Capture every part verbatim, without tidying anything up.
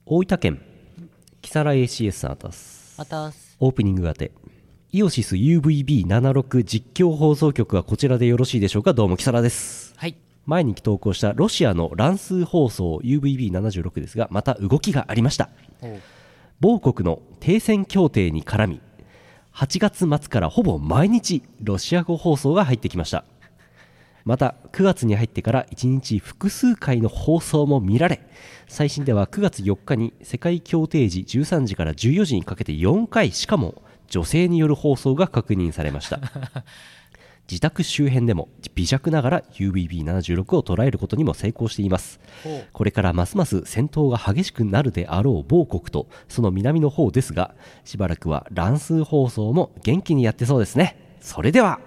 大分県木更 エーシーエス さんあたすあたすオープニング当てイオシス ユーブイビーななじゅうろく 実況放送局はこちらでよろしいでしょうか。どうも木更です。 はい。 前に投稿したロシアの乱数放送 ユーブイビーななじゅうろく ですが、また動きがありました。某国の停戦協定に絡みはちがつ末からほぼ毎日ロシア語放送が入ってきました。またくがつに入ってからいちにち複数回の放送も見られ、最新ではくがつよっかに世界協定時じゅうさんじからじゅうよじにかけてよんかい、しかも女性による放送が確認されました自宅周辺でも微弱ながら ユーブイビーななじゅうろく を捉えることにも成功しています。これからますます戦闘が激しくなるであろう某国とその南の方ですが、しばらくは乱数放送も元気にやってそうですね。それでは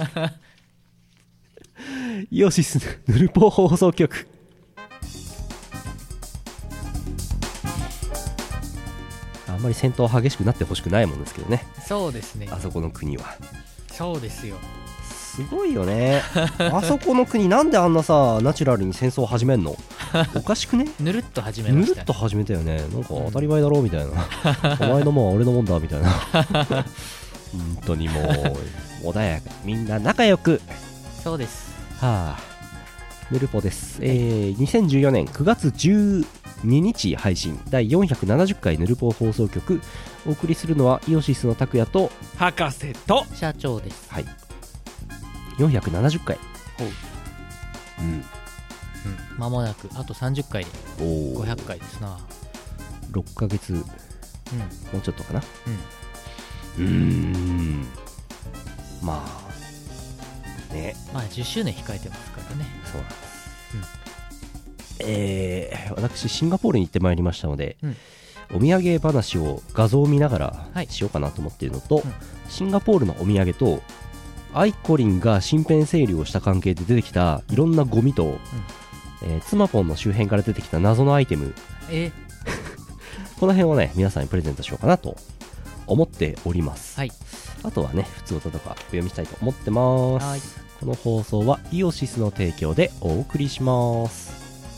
イオシスヌルポ放送局。あんまり戦闘激しくなってほしくないもんですけどね。 そうですね。 あそこの国はそうですよ。 すごいよねあそこの国なんであんなさナチュラルに戦争を始めんのおかしくねぬるっと始めました、ね、 ぬるっと始めたよね。なんか当たり前だろうみたいな、うん、お前のもんは俺のもんだみたいな本当にもう穏やか、みんな仲良く。 そうです。 はあ、ヌルポです、えー、にせんじゅうよねんくがつじゅうににち配信だいよんひゃくななじゅっかいヌルポ放送局。お送りするのはイオシスの拓也と博士と社長です。 はい、よんひゃくななじゅっかい。 ほう、 うん、うん、 間もなくあとさんじゅっかいでおごひゃっかいですな。 ろっかげつ、うん、もうちょっとかな。 うん、 うーん、まあね、 まあじゅっしゅうねん控えてますからね。 そうなんです、うん、えー、私シンガポールに行ってまいりましたので、うん、お土産話を画像を見ながらしようかなと思っているのと、はい、うん、シンガポールのお土産とアイコリンが身辺整理をした関係で出てきたいろんなゴミと、うん、えー、妻ポンの周辺から出てきた謎のアイテム、 えこの辺をね皆さんにプレゼントしようかなと思っております、 はい、 あとはね普通歌とかお読みしたいと思ってます。はい、この放送はイオシスの提供でお送りします。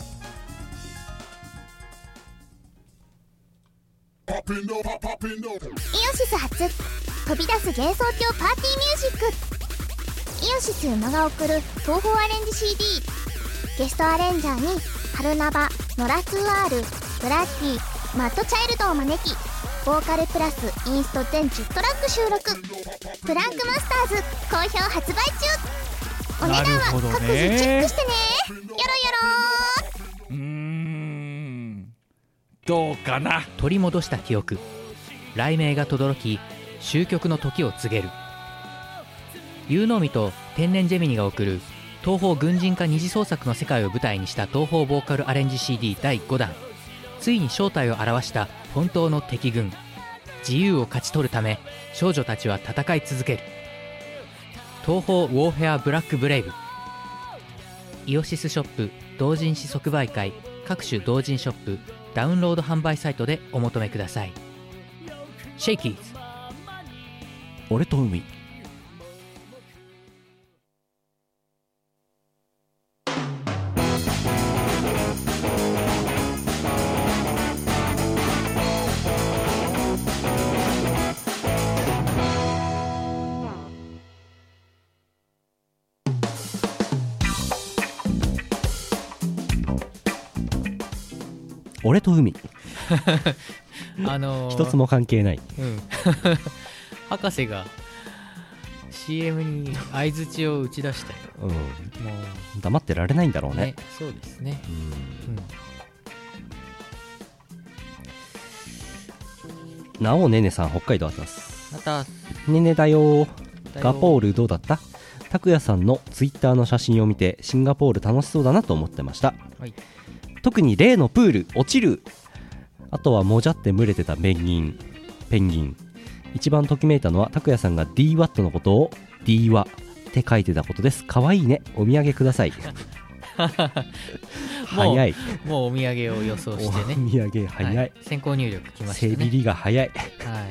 イオシス初飛び出す幻想郷パーティーミュージック。イオシス馬が送る東宝アレンジ シーディー。 ゲストアレンジャーに春ナバ、ノラ ツーアール、ブラッディ、マッドチャイルドを招き、ボーカルプラスインスト全じゅっトラック収録。フランクマスターズ好評発売中。お値段は各自チェックしてね。よろよろー。うーん、どうかな。 取り戻した記憶、雷鳴が轟き終局の時を告げる。有能美と天然ジェミニが送る東方軍人化二次創作の世界を舞台にした東方ボーカルアレンジ シーディー だいごだん。ついに正体を表した本当の敵軍。自由を勝ち取るため少女たちは戦い続ける。東方ウォーフェアブラックブレイブ。イオシスショップ同人誌即売会、各種同人ショップ、ダウンロード販売サイトでお求めください。シェイキーズ、 俺と海。俺と海あのー、 一つも関係ない、 うん、博士が シーエム に相づちを打ち出したよ、うん、もう黙ってられないんだろう ね, ねそうですね、 うん、なおねねさん北海道あったす。 またねねだよ。ガポールどうだった？拓也さんのツイッターの写真を見てシンガポール楽しそうだなと思ってました、はい、特に例のプール落ちる、あとはもじゃって群れてたペンギンペンギン一番ときめいたのは拓也さんが ディーワット のことを ディーワ って書いてたことです。かわいいね、お土産ください早い、 もうお土産を予想してね。 お土産早い、はい、 先行入力きましたね。 背ビリが早い、 はい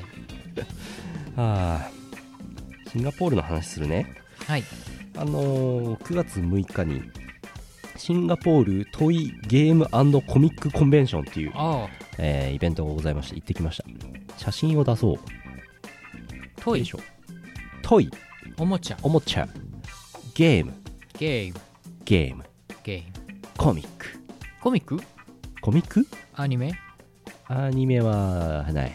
はあ、シンガポールの話するね。 はい、 あのー、くがつむいかにシンガポールトイゲーム&コミックコンベンションっていう、 ああえーイベントがございまして行ってきました。写真を出そう。 トイよいしょ。トイおもちゃおもちゃゲームゲームゲームゲームコミックコミックコミックアニメアニメはない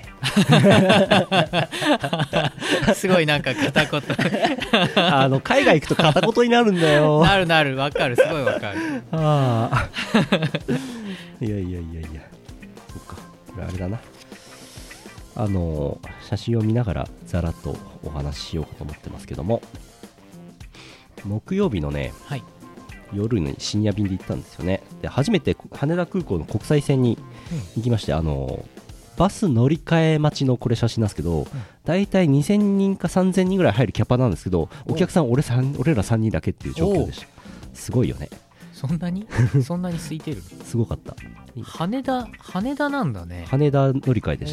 すごいなんか片言あの海外行くと片言になるんだよなるなるわかるすごいわかるああいやいやいやいやそっかこれあれだなあの写真を見ながらざらっとお話ししようかと思ってますけども木曜日のね、 はい、 夜に深夜便で行ったんですよね。で初めて羽田空港の国際線に行きまして、うん、あのバス乗り換え待ちのこれ写真なんですけど、うん、だいたいにせんにんかさんぜんにんぐらい入るキャパなんですけどお客さん 俺, さん俺らさんにんだけっていう状況でした。すごいよね。 そんなにそんなに空いてるすごかった。 羽田羽田なんだね。 羽田乗り換えでした。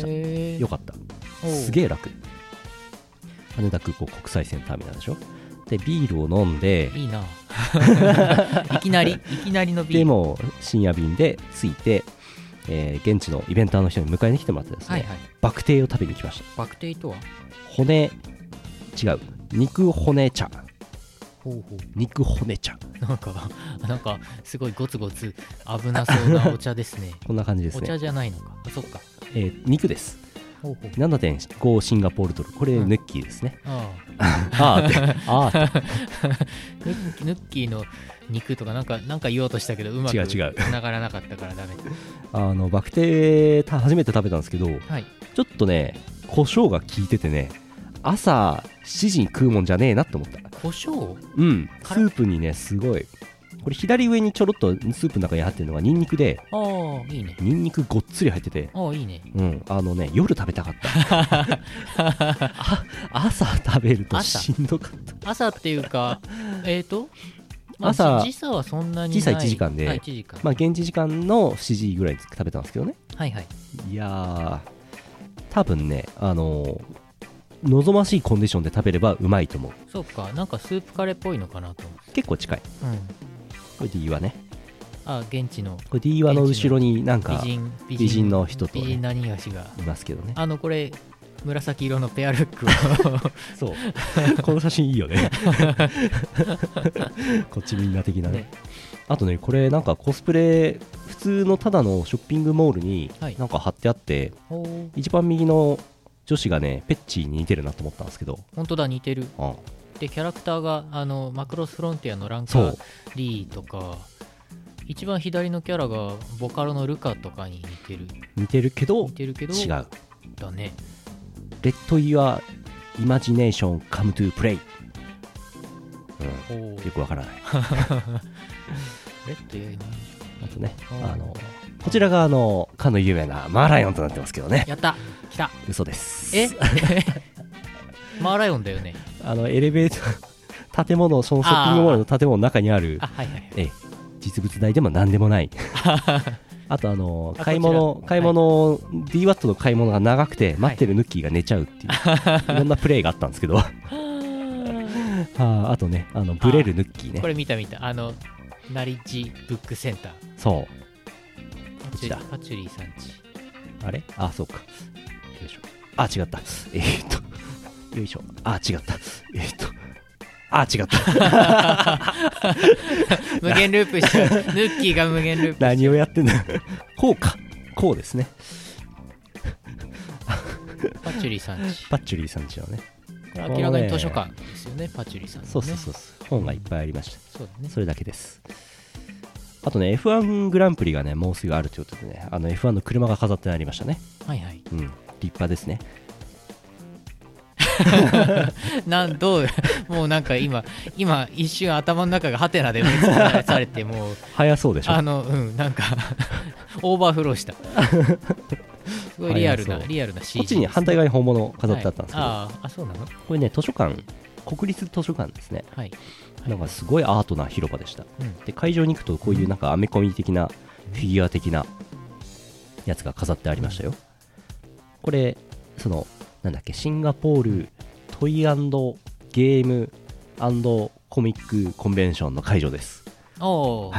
よかった。すげえ楽。羽田空港国際線ターミナルでしょ。でビールを飲んでいいないきなりいきなりのビールでも深夜便で着いて、えー、現地のイベンターの人に迎えに来てもらってですね、はいはい、バクテイを食べに来ました。 バクテイとは骨違う肉骨茶。 ほうほう肉骨茶なんかなんかすごいゴツゴツ危なそうなお茶ですねこんな感じですね。 お茶じゃないのか。あそっか、 えー、肉です。 ほうほうななてんご シンガポールドルこれ、うん、ヌッキーですね。 あああーってあーってヌッキーの肉とかなんかなんか言おうとしたけどうまくつながらなかったからダメ。 あのバクテイ初めて食べたんですけど、はい、ちょっとね胡椒が効いててね朝しちじに食うもんじゃねえなって思った。 胡椒？ うんスープにねすごいこれ左上にちょろっとスープの中に入ってるのがニンニクで、 ああいいね。 ニンニクごっつり入ってて、 ああいいね。 うんあのね夜食べたかったあ朝食べるとしんどかった。 朝っていうかえっ、ー、と、まあ、 朝時差はそんなにない。 時差いちじかんで、 はい、いちじかんまあ現地時間のしちじぐらいに食べたんですけどね。 はいはい。 いやー多分ねあのー望ましいコンディションで食べればうまいと思う。 そうかなんかスープカレーっぽいのかなと思う。 結構近い、うん、これ D はねあ現地のこれ D はの後ろになんか美人美人、美人の人と、ね、 美人何がしがいますけどね。 あのこれ紫色のペアルックをそうこの写真いいよねこっちみんな的な ね, ねあとねこれなんかコスプレ普通のただのショッピングモールになんか貼ってあって、はい、一番右の女子がねペッチーに似てるなと思ったんですけど本当だ似てる、うん、でキャラクターがあのマクロスフロンティアのランカーリーとか一番左のキャラがボカロのルカとかに似てる似てるけど似てるけど違うだね。 レッド・イワー・イマジネーション・カム・トゥ・プレイ、うん、よくわからないレッド・イワー・あとねあのこちらがあのかの有名なマーライオンとなってますけどね。 やった来た嘘です。 えマーライオンだよね。 あのエレベーター建物そのショッピングモールの建物の中にあるあ、はいはい、 え実物大でも何でもないあとあの買い物買い物、はい、ディーワット の買い物が長くて待ってるヌッキーが寝ちゃうっていう、はい、いろんなプレイがあったんですけどあ, あとねあのブレるヌッキーね。 これ見た見たあのナリッジブックセンター。 そうこっちだパチュリーさんちあれあそうかよいしょあ違ったえー、っとよいしょあ違ったえー、っとあ違った無限ループしちゃうヌッキーが無限ループ何をやってんだこうかこうですねパチュリーさんちパチュリーさんちはねこれ明らかに図書館ですよねパチュリーさんのね。 そうそうそう本がいっぱいありました、 うん、そうだね、 それだけです。あとね エフワン グランプリがねもうすぐあるということでねあの エフワン の車が飾ってありましたね。 はいはい、 うん、立派ですねなんどうもうなんか今今一瞬頭の中がハテナで埋め尽くされてもう早そうでしょ。 あのうんなんかオーバーフローしたすごいリアルなリアルな シージー、 こっちに反対側に本物飾ってあったんですけど、 はい、ああそうなのこれね図書館国立図書館ですね。 はいなんかすごいアートな広場でした、うん、で会場に行くとこういうなんかアメコミ的なフィギュア的なやつが飾ってありましたよ。これそのなんだっけシンガポールトイ&ゲーム&コミックコンベンションの会場です。 おー、 はい、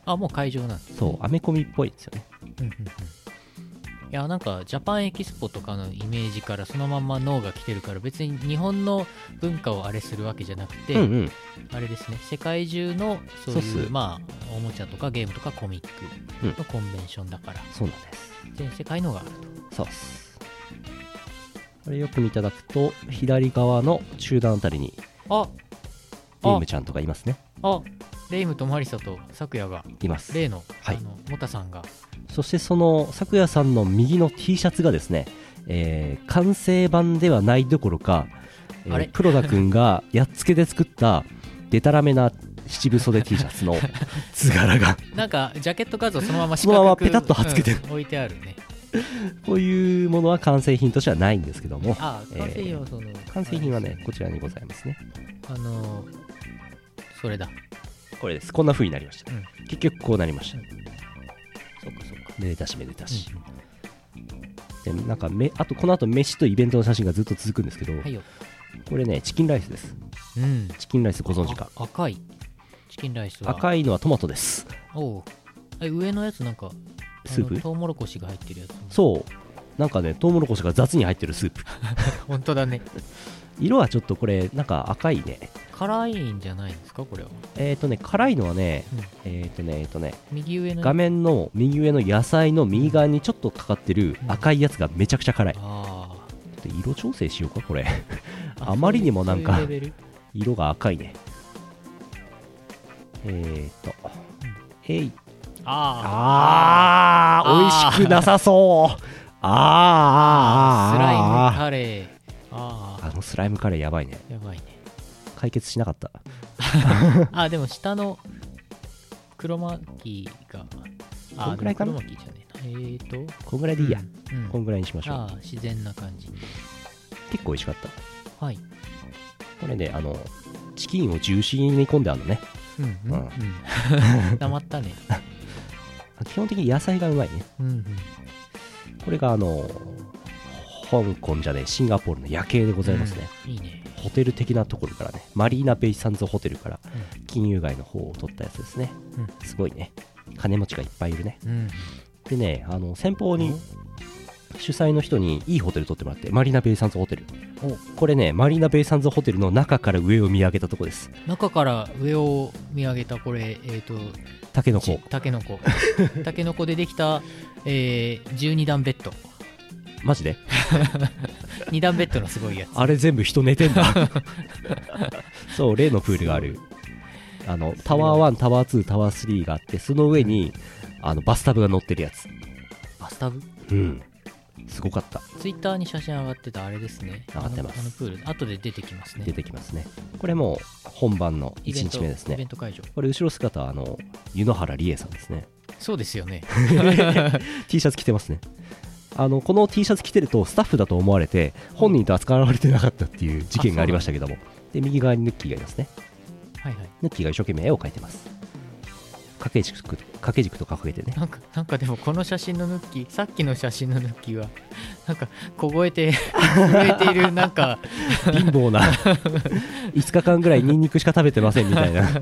あもう会場なんです、ね、 そうアメコミっぽいんですよね。 うんうんうん、いやなんかジャパンエキスポとかのイメージからそのまんま脳が来てるから別に日本の文化をあれするわけじゃなくて、 うんうん、 あれですね世界中のそういうそうっすまあおもちゃとかゲームとかコミックのコンベンションだから、 うん、そうなんです。 全世界のがあると。 そうっす。これよく見ていただくと左側の中段あたりにあレイムちゃんとかいますね。 あレイムとマリサとサクヤがいます。 例の、 はい、 あのモタさんが。 そしてそのサクヤさんの右の T シャツがですね、えー、完成版ではないどころか、えー、黒田くんがやっつけで作ったデタラメな七分袖 T シャツの図柄がなんかジャケット画像そのまま四角くそのままペタッと貼っつけてる、 うん、置いてあるね。 こういうものは完成品としてはないんですけども、 ああ完成品はその、 えー、完成品はねこちらにございますね。 あのー、それだこれです。こんな風になりました、うん、結局こうなりました、うん、 そうかそうか。 めでたしめでたし、うん、でなんかめあとこの後飯とイベントの写真がずっと続くんですけど、はいよ、これねチキンライスです、うん、チキンライスご存知か。 赤いチキンライスは赤いのはトマトです。 おうえ上のやつなんかスープトウモロコシが入ってるやつ。 そうなんかねトウモロコシが雑に入ってるスープ本当だね。 色はちょっとこれなんか赤いね。 辛いんじゃないんですかこれは。 えっ、ー、とね辛いのはね、うん、えっ、ー、とねえっ、ー、とね右上の画面の右上の野菜の右側にちょっとかかってる赤いやつがめちゃくちゃ辛い、うん、あで色調整しようかこれあまりにもなんか色が赤いね。えっ、ー、と、うん、えいあーあー美味しくなさそうあーあースライムカレーああのスライムカレーやばいね。 やばいね。 解決しなかったあでも下のクロマキーがこんぐらいかな。 クロマキーじゃねえなえーとこんぐらいでいいや、 うんうん、 こんぐらいにしましょう。 あ自然な感じ。 結構美味しかった。 はいこれねあのチキンをジューシーに煮込んであるのね。 うんうん、うん、黙ったね基本的に野菜がうまいね、うんうん、これがあの香港じゃねシンガポールの夜景でございますね、 うん、いいね。 ホテル的なところからねマリーナベイサンズホテルから金融街の方を撮ったやつですね、うん、すごいね金持ちがいっぱいいるね、うん、でねあの先方に主催の人にいいホテル取ってもらってマリーナベイサンズホテルこれねマリーナベイサンズホテルの中から上を見上げたとこです。 中から上を見上げたこれえっ、ー、とタケノコタケノコタケノコでできた、えー、じゅうにだんベッドマジでにだんベッドのすごいやつあれ全部人寝てんだそう例のプールがあるあのタワーワンタワーツータワースリーがあってその上にあのバスタブが乗ってるやつ。 バスタブうんすごかった。 ツイッターに写真上がってたあれですね。 上がってます。 あの、あのプール後で出てきますね。 出てきますね。これも本番のいちにちめですね。 イベント会場。 これ後ろ姿はあの湯ノ原理恵さんですね。 そうですよね T シャツ着てますね。あのこの T シャツ着てるとスタッフだと思われて本人と扱われてなかったっていう事件がありましたけども、で右側にヌッキーがいますね。 はいはい。 ヌッキーが一生懸命絵を描いてます。掛け軸掛け軸と掲げてね。 なんかなんかでもこの写真のヌッキーさっきの写真のヌッキーはなんか凍えて震えているなんか貧乏ないつかかんぐらいニンニクしか食べてませんみたいな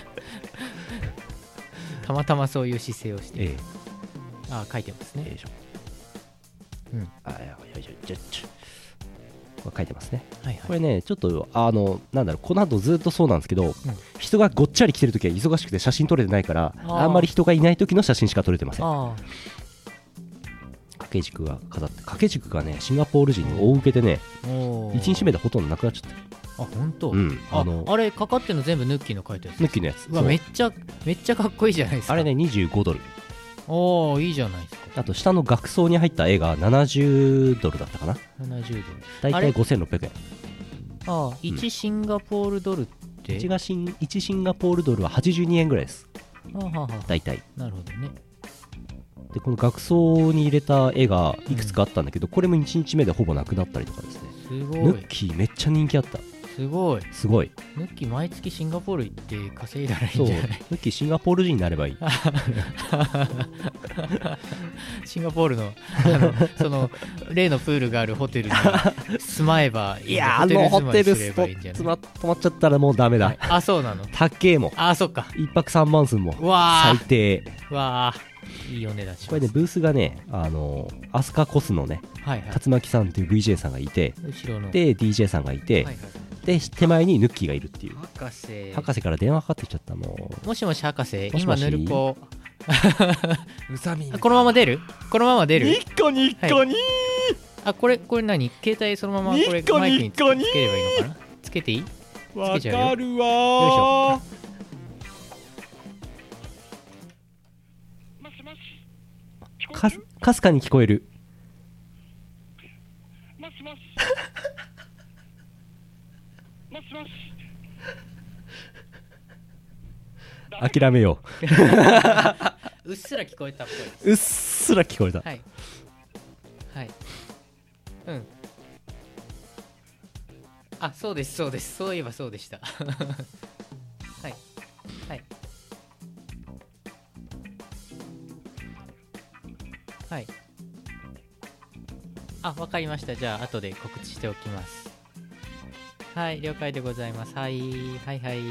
たまたまそういう姿勢をして、ええ、あ書いてますね。 よいしょ、うん、あよいしょちょちょこれ書いてますね、はいはい、これねちょっとあのなんだろうこの後ずっとそうなんですけど、うん、人がごっちゃり来てるときは忙しくて写真撮れてないからあんまり人がいない時の写真しか撮れてません。掛け軸が飾って掛け軸がねシンガポール人に大受けでねいちにちめでほとんどなくなっちゃってる。 あ本当、 うん、あのあれかかってるの全部ヌッキーの書いたやつ。 ヌッキーのやつ。 うわめっちゃめっちゃかっこいいじゃないですか。 あれねにじゅうごドル。 おーいいじゃないですか。 あと下の額装に入った絵がななじゅうドルだったかな。 ななじゅうドルだいたいごせんろっぴゃくえん。 ああいちシンガポールドルって、うん、いち, がシンいちシンガポールドルははちじゅうにえんぐらいです。 はあはあ、 だいたい。 なるほどね。 でこの額装に入れた絵がいくつかあったんだけど、うん、これもいちにちめでほぼなくなったりとかですね。 すごい。 ヌッキーめっちゃ人気あった。 すすごい。 すごい。 ヌッキー毎月シンガポール行って稼いだらいいそう、 んじゃない？ ヌッキーシンガポール人になればいい。 シンガポールのあのその例のプールがあるホテルに住まえばいい。 いやー、あのホテルスポホテル住まいすればいいんじゃない？ ット泊まっちゃったらもうダメだ。 はい、あ、そうなの。 たっけーもん。 あ、そっか。 一泊三万すんもん。 うわ最低。 ーわー、いいお値段します。 これね、ブースがね、あのアスカコスのね、 はいはい、 竜巻さんっていう ブイジェー さんがいて、 後ろので ディージェー さんがいて、 はいはい、 で手前にヌッキーがいるっていう。 博士博士から電話かかってきちゃった。もうもしもし博士、 もしもし今ヌルポうさみんこのまま出るこのまま出るニッコニッコニー、 あ、これこれ何、携帯そのままこれニッコマイクにつけニッコニーつければいいのかな。つけていい？ わつけちゃうよかるわー。 よいしかすかすかに聞こえる。 もしもしもしもし諦めようっすら聞こえたっぽう。うっすら聞こえた。 い。はいはい、うん。あ、そうですそうです、そういえばそうでした。はいはいはい。あ、わかりました。じゃあ後で告知しておきます。はい、了解でございます。はいはいはい。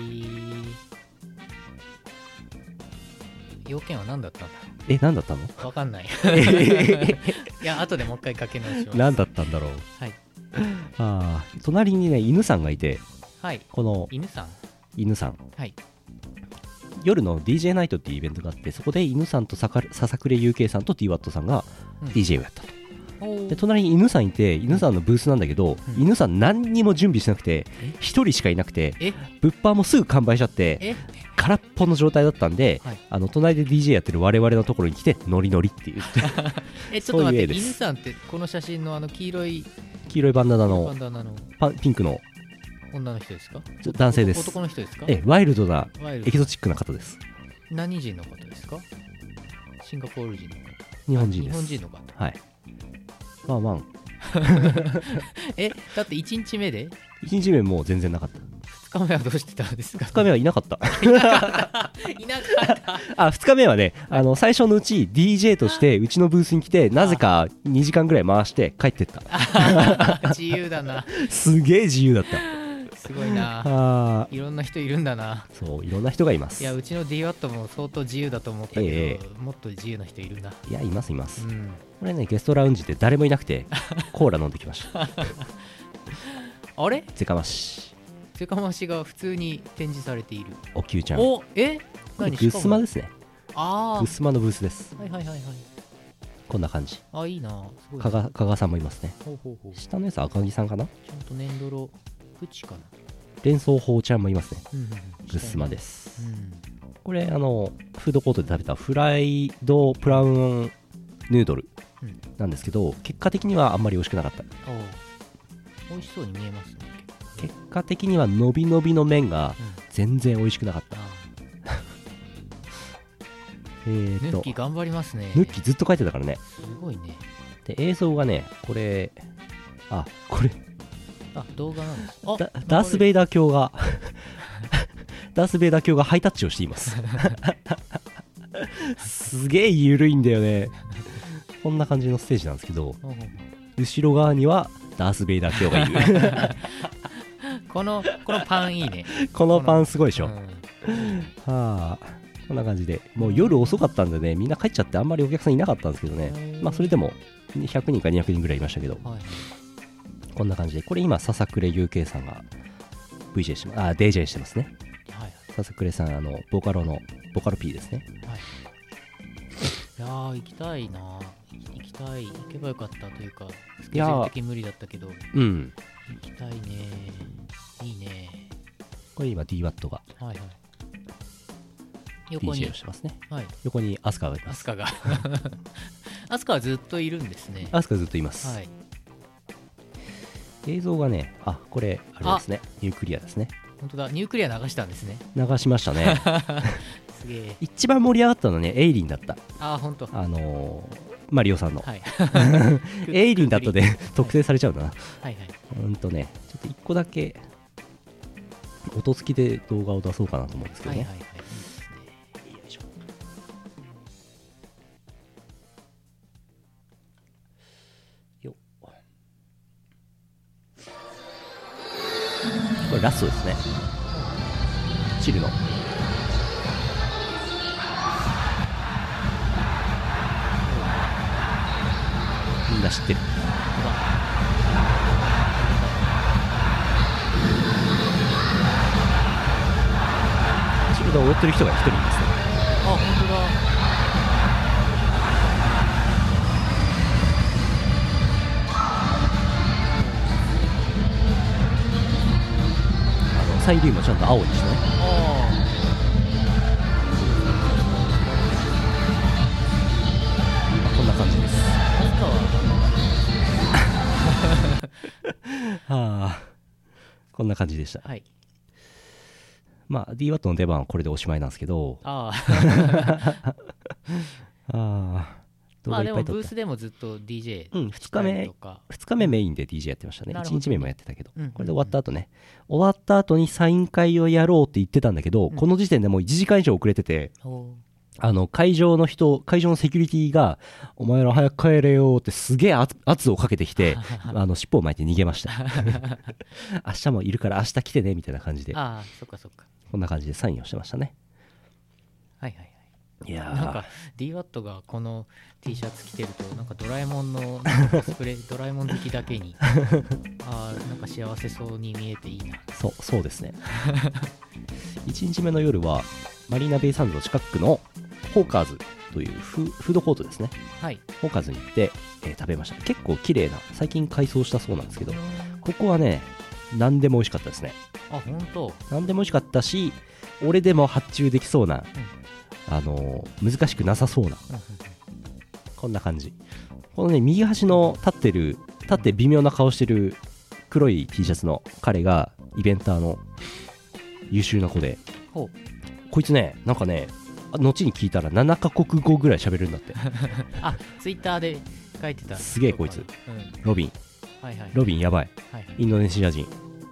要件は何だったんだろえ、何だったの？ う。わかんない。いや、後でもう一回かけ直します。 何だったんだろう。 はいああ、隣にね、犬さんがいて、 はい。 この犬さん。 犬さん、 はい夜の ディージェー ナイトっていうイベントがあって、そこで犬さんとさかささくれ ユーケー さんと ディーワット さんがうんディージェー をやったと。 おーで隣に犬さんいて、犬さんのブースなんだけど、 うん犬さん何にも準備しなくてえ一人しかいなくて、 え物販もすぐ完売しちゃってえ空っぽの状態だったんで、 はいあの隣で ディージェー やってる我々のところに来てノリノリっていうえ、ちょっと待って、 そういう絵です犬さんってこの写真のあの黄色い黄色いバンダナバのンダナのパピンクの女の人ですか？ ちょ男性です男の人ですか？ えワイルドなワイルドエキゾチックな方です。 何人の方ですか？シンガポール人の方。 日本人です。 日本人の方。 はい。まあまあえ、だっていちにちめでいちにちめもう全然なかった。 ふつかめはどうしてたんですか？ ふつかめはいなかったいなかったいなかったあ、ふつかめはね、あの最初のうち ディージェー としてうちのブースに来てなぜかにじかんぐらい回して帰ってった自由だな。 すげえ自由だったすごいな。 あいろんな人いるんだな。 ーそう、いろんな人がいます。 いや、うちの ディーワット も相当自由だと思ったけど、 えもっと自由な人いるな。 いや、いますいます、 うんこれね、ゲストラウンジで誰もいなくてコーラ飲んできましたあれぜかましセカマシが普通に展示されている。 おきゅうちゃん、 お、えこれ何。 グッスマですね。 あグッスマのブースです。 あ、はいはいはいはい。 こんな感じ。 あ、いいな。すごい。 加賀加賀さんもいますね。 ほうほうほう。ち下のやつ赤木さんかな。 ゃんと粘泥、プチかな。 連想法ちゃんもいますね。 うんうんうん。 グッスマです。 うん。 これあのフードコートで食べたフライドプラウンヌードルうんなんですけど、結果的にはあんまり美味しくなかった。 おう美味しそうに見えますね。 結果的には伸び伸びの麺がうん。 全然美味しくなかった。 あえー、 ーとヌッキー頑張りますね。 ヌッキーずっと書いてたからね。 すごいね。 で映像がね、これあこれあ、動画なんです。あ、 ダダース・ベイダー教がダース・ベイダー教がハイタッチをしていますすげえ緩いんだよね。こんな感じのステージなんですけど、 ほうほうほう後ろ側にはダース・ベイダー教がいるこのこのパンいいね。 このパンすごいでしょ、 うんはあ、こんな感じでもう夜遅かったんでね、みんな帰っちゃってあんまりお客さんいなかったんですけどね、まあそれでもひゃくにんかにひゃくにんぐらいいましたけど、 はいはい。 こんな感じで、これ今ささくれ ユーケー さんが ブイジェー してます、あ ディージェー してますね。 はいささくれさん、あのボカロのボカロ P ですね。 はい。いやー、行きたいな。行きたい。行けばよかったというか、スケジュール的に無理だったけど、 うん、 行きたいね。いいね。 これ今 ディーワット がはいはい。横にディージェー をしてますね。 はい。 横にアスカがいます。 アスカがアスカはずっといるんですね。 アスカずっといます。 はい。 映像がね、あこれあれですね、ニュークリアですね。 本当だ、ニュークリア流したんですね。 流しましたねすげえ。 一番盛り上がったのはね、エイリンだった。 あー、本当。 あのー、マリオさんの、 はい。 エイリンだとね特定されちゃうんだな。 はいはい。 うんとね、ちょっと一個だけ音付きで動画を出そうかなと思うんですけどね。 はいはいはい、いいですね。 よいしょ。よっ、これラストですね。チルのみんな知ってる。チルで踊ってる人が一人いますね。 あ、本当だ。 あのサイリウムもちゃんと青にしてね。 あこんな感じです。はあ、こんな感じでした。 はい。 まあ ディーワット の出番はこれでおしまいなんですけど、 あああ、動まあでも画いっぱい撮った。 ブースでもずっと ディージェーうん、ふつかめとか、 ふつかめメインで ディージェー やってましたね。1 なるほどね日目もやってたけど、 うんうんうんこれで終わった後ね、終わった後にサイン会をやろうって言ってたんだけど、 うんこの時点でもういちじかん以上遅れてて、 おあの会場の人、会場のセキュリティがお前ら早く帰れよってすげえ圧圧をかけてきてあの尻尾を巻いて逃げました明日もいるから明日来てねみたいな感じで、 ああ、そっかそっか。 こんな感じでサインをしてましたね。 はいはいはい。 いやー、 なんか ディーワット がこの T シャツ着てるとなんかドラえもんのなんかコスプレドラえもん好きだけにあーなんか幸せそうに見えていいな。 そうそうですねいちにちめの夜はマリーナベイサンズの近くのホーカーズというフフードコートですね。 はい。 ホーカーズに行って、えー食べました。結構綺麗な、最近改装したそうなんですけど、ここはね何でも美味しかったですね。 あ、本当。 何でも美味しかったし、俺でも発注できそうな、あのー難しくなさそうな、こんな感じ。このね右端の立ってる立って微妙な顔してる黒い T シャツの彼がイベンターの優秀な子で、 ほう。 こいつねなんかね後に聞いたらななカ国語ぐらい喋れるんだって。 あ、ツイッターで書いてた。 すげえこいつうん。 ロビンはいはい。 ロビンやばい。 はいはい。 インドネシア人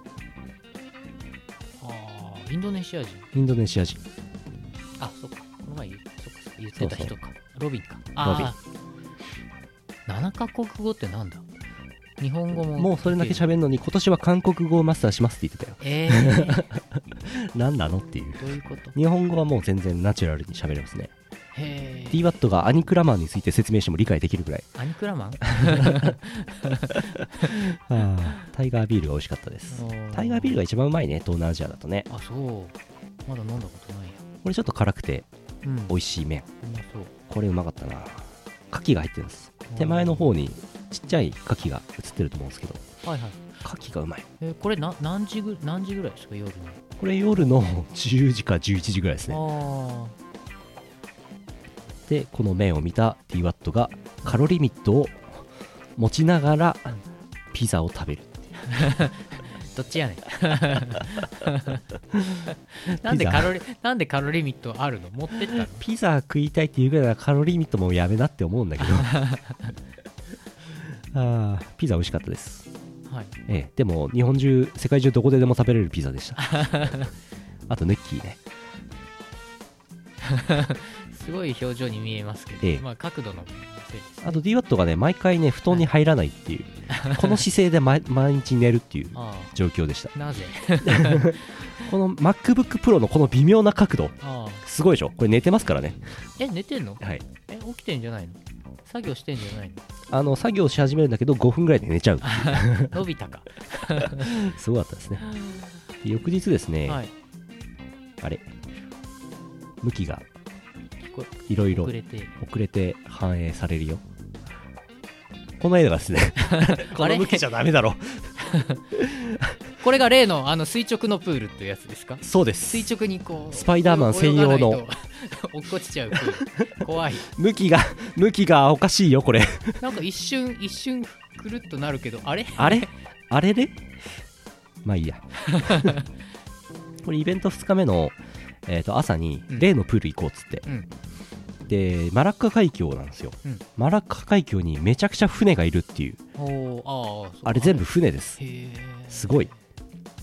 ああ、インドネシア人。 インドネシア人あ、そっか。この前言うそっかそっか言ってた人か。ロビンか。 ロビンああ。ななカ国語ってなんだ。日本語も。 もうそれだけ喋るのに今年は韓国語をマスターしますって言ってたよ。 えー、 何なのっていう。 どういうこと。 日本語はもう全然ナチュラルに喋れますね。 へえ。 ディーワット がアニクラマンについて説明しても理解できるぐらい。 アニクラマンあタイガービールが美味しかったです。タイガービールが一番うまいね、東南アジアだとね。 あ、そう。まだ飲んだことないや。 これちょっと辛くてうん。 美味しい麺。 うまそう。 これうまかったな。牡蠣が入ってるんです。手前の方にちっちゃい牡蠣が映ってると思うんですけど、 はいはい。 牡蠣がうまい。 えーこれな何時ぐ何時ぐらいですか、夜の。 これ夜のじゅうじかじゅういちじぐらいですね。 あでこの麺を見た ディーワット がカロリーミットを持ちながらピザを食べる。 あ、どっちやねん。なんでカロリーなんでカロリーミットあるの？持ってったの？ ピザ食いたいっていうぐらいならカロリーミットもやめなって思うんだけどあーピザ美味しかったです、 はい。 ええ、でも日本中世界中どこででも食べれるピザでしたあとネッキーね。 すごい表情に見えますけど、 ええまあ角度のせいです、ね。 あと ディーワット がね毎回ね布団に入らないっていうこの姿勢で毎毎日寝るっていうあ状況でした。 あ、なぜ？ この MacBook Pro のこの微妙な角度ああ。 すごいでしょ。これ寝てますからね。 え、寝てんの？ はい、 え、起きてんじゃないの？作業してんじゃないの？ あの作業し始めるんだけどごふんぐらいで寝ちゃう伸びたか。 すごかったですね。で翌日ですね、 はい。 あれ向きが聞こいろいろ遅れて。 遅れて反映されるよ。この絵がですねこの向きじゃダメだろこれが例のあの垂直のプールっていうやつですか？ そうです。 垂直にこうスパイダーマン専用の泳がないと落っこちちゃうプール。怖い。 向きが向きがおかしいよこれなんか一瞬一瞬くるっとなるけど、あれあれあれでまあいいやこれイベントふつかめの、えー、と朝にうん例のプール行こうっつって、 うんでマラッカ海峡なんですよ、 うんマラッカ海峡にめちゃくちゃ船がいるっていう。 おーあーそうあれ全部船です。 へえ。 すごい。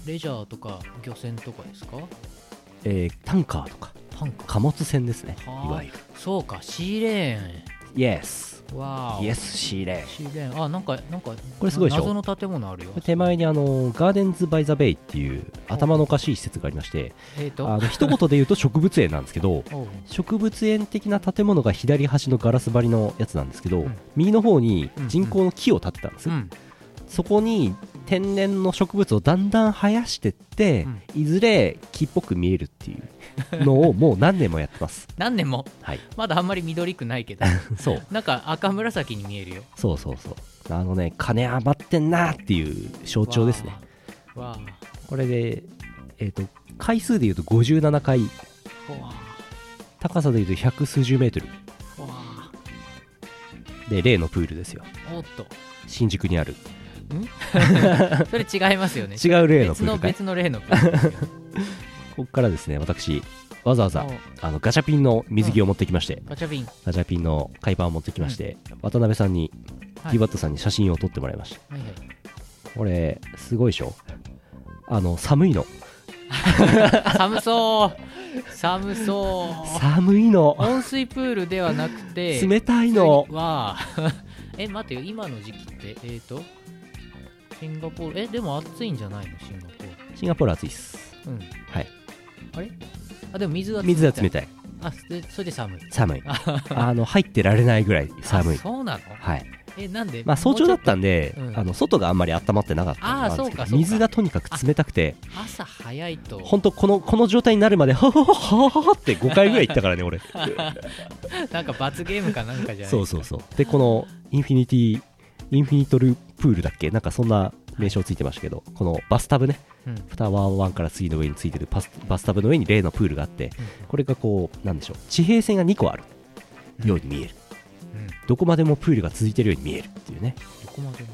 レジャーとか漁船とかですか？ えー、タンカーとかタンカー。 貨物船ですね、 はあいわゆる。 そうか、シーレーン。 Yes わー Yes シーレーン。 シーレーン。あ、なんかなんかこれすごいでしょ。 謎の建物あるよ。 手前にあのガーデンズ・バイ・ザ・ベイっていう頭のおかしい施設がありまして、 えーとあの一言で言うと植物園なんですけどおう植物園的な建物が左端のガラス張りのやつなんですけど、 うん右の方に人工の木を建てたんです、 うんそこに天然の植物をだんだん生やしてって、うん、いずれ木っぽく見えるっていうのをもう何年もやってます何年も、 はい、 まだあんまり緑くないけどそうなんか赤紫に見えるよ。 そうそうそう、あのね、金余ってんなっていう象徴ですね。 わこれで、えーと、回数でいうとごじゅうななかい、高さでいうと百数十メートルで、例のプールですよ。 おっと、 新宿にある。 んそれ違いますよね。 違う例のプールかい。 別の別の例のプールですよここからですね、私わざわざあのガチャピンの水着を持ってきまして、 ガチャピンガチャピンの海パンを持ってきまして、うん、渡辺さんに、はい、ディバットさんに写真を撮ってもらいました、はいはい、これすごいでしょ。あの寒いの寒そう寒そう寒いの。 温水プールではなくて冷たいのはえ待てよ、今の時期ってえーとシンガポール、えでも暑いんじゃないの？シンガポールシンガポール暑いっす。 うん、 はい。 あれあでも水は冷たい。 水は冷たい。 あでそれで寒い寒いあの入ってられないぐらい寒い。 そうなの？ はい。 えなんで、 まあ、早朝だったんで、 うん、 あの外があんまり温まってなかったんですけど、水がとにかく冷たくて、 朝早いと本当このこの状態になるまではははははってごかいぐらい行ったからね俺なんか罰ゲームかなんかじゃないですか。 そうそうそう。でこのインフィニティインフィニトルプールだっけ、なんかそんな名称ついてましたけど、はい、このバスタブね、うん、フタワーワンからスリーの上についてるパスバスタブの上に例のプールがあって、うん、これがこうなんでしょう、地平線がにこあるように見える、うん、どこまでもプールが続いてるように見えるっていうね。 どこまでも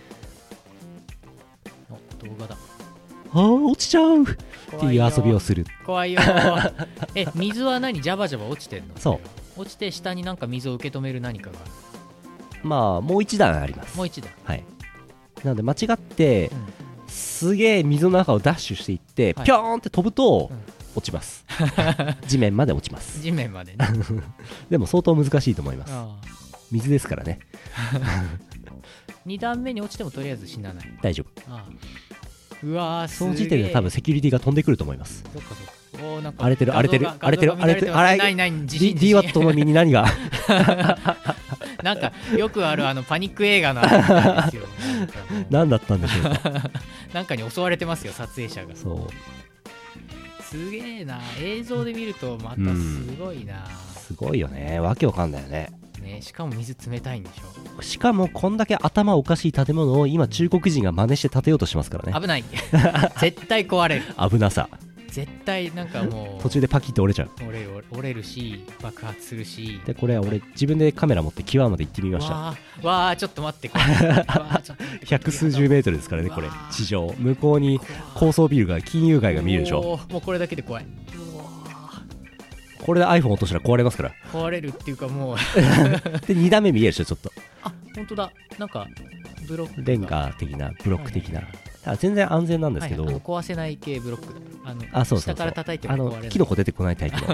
あ動画だ。 あー落ちちゃうっていう遊びをする。 怖いよえ水は何ジャバジャバ落ちてんの？そう落ちて下になんか水を受け止める何かが。 まあもう一段あります。 もう一段。 はい。なので間違って、うん、すげえ水の中をダッシュしていって、はい、ピョーンって飛ぶと、うん、落ちます地面まで落ちます。 地面までねでも相当難しいと思います。水ですからねに段目に落ちてもとりあえず死なない。 大丈夫。ああうわーすげえ。 その時点で多分セキュリティが飛んでくると思います。 そっかそっか。おなんか荒れてる荒れてる荒れてる荒れてる荒れてる。 ディーワットの身に何がなんかよくあるあのパニック映画のあですよ何だったんでしょうかなんかに襲われてますよ撮影者が。 そうすげえな。映像で見るとまたすごいな、 うん、すごいよね。わけわかんないよね。 ね、しかも水冷たいんでしょ。 しかもこんだけ頭おかしい建物を今中国人が真似して建てようとしますからね。 危ない絶対壊れる。 危なさ絶対なんかもう途中でパキッと折れちゃう。 折れる折れるし爆発するし。 でこれは俺自分でカメラ持って際まで行ってみました。 わーわーちょっと待ってこれ百数十メートルですからねこれ地上。向こうに高層ビルが金融街が見えるでしょ。 もうこれだけで怖い。 これで iPhone 落としたら壊れますから。 壊れるっていうかもうでに段目見えるでしょちょっと。 あ本当だ。なんかブロックレンガ的なブロック的な、はいはい、全然安全なんですけど、 はい、あの壊せない系ブロックだ。あのあそうそうそう、 下から叩いても壊れない。 あのキノコ出てこないタイプの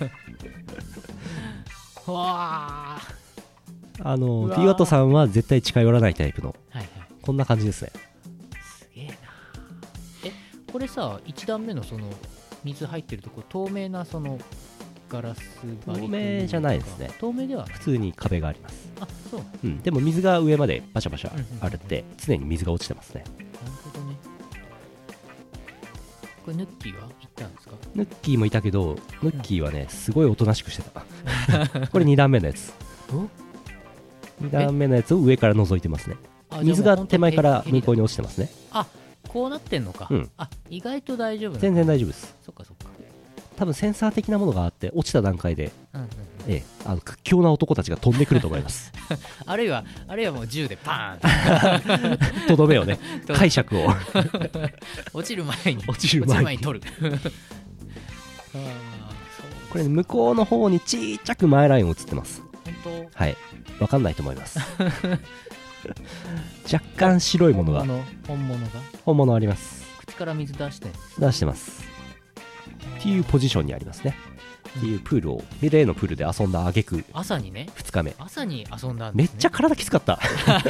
わあの ディーワットさんは絶対近寄らないタイプの、はいはい、こんな感じですね。 すげえな。えこれさいち段目のその水入ってるとこ透明なそのガラス張り。 透明じゃないですね。 透明では普通に壁があります。 あそう、 うん、でも水が上までバシャバシャあるって、うんうんうん、常に水が落ちてますね。 なるほどね。これヌッキーは行ったんですか？ ヌッキーもいたけどヌッキーはねすごいおとなしくしてたこれに段目のやつに段目のやつを上から覗いてますね。水が手前から向こうに落ちてますね。 あこうなってんのか、うん、あ意外と大丈夫なの。 全然大丈夫です。 そっかそっか。 多分センサー的なものがあって落ちた段階で、 うんうんうん、 ええ、あの屈強な男たちが飛んでくると思いますあるいはあるいはもう銃でパーンとどめをね解釈を落ちる前に落ちる前に、 前に取るあこれ、ね、向こうの方にちっちゃく前ライン映ってます。 本当？ はい分かんないと思います若干白いものが本物、本物が本物あります。 から水出してんの？ 出してますっていうポジションにありますね、うん、っていうプールを例のプールで遊んだ挙句朝にねふつかめ朝に遊んだんです、ね、 めっちゃ体きつかった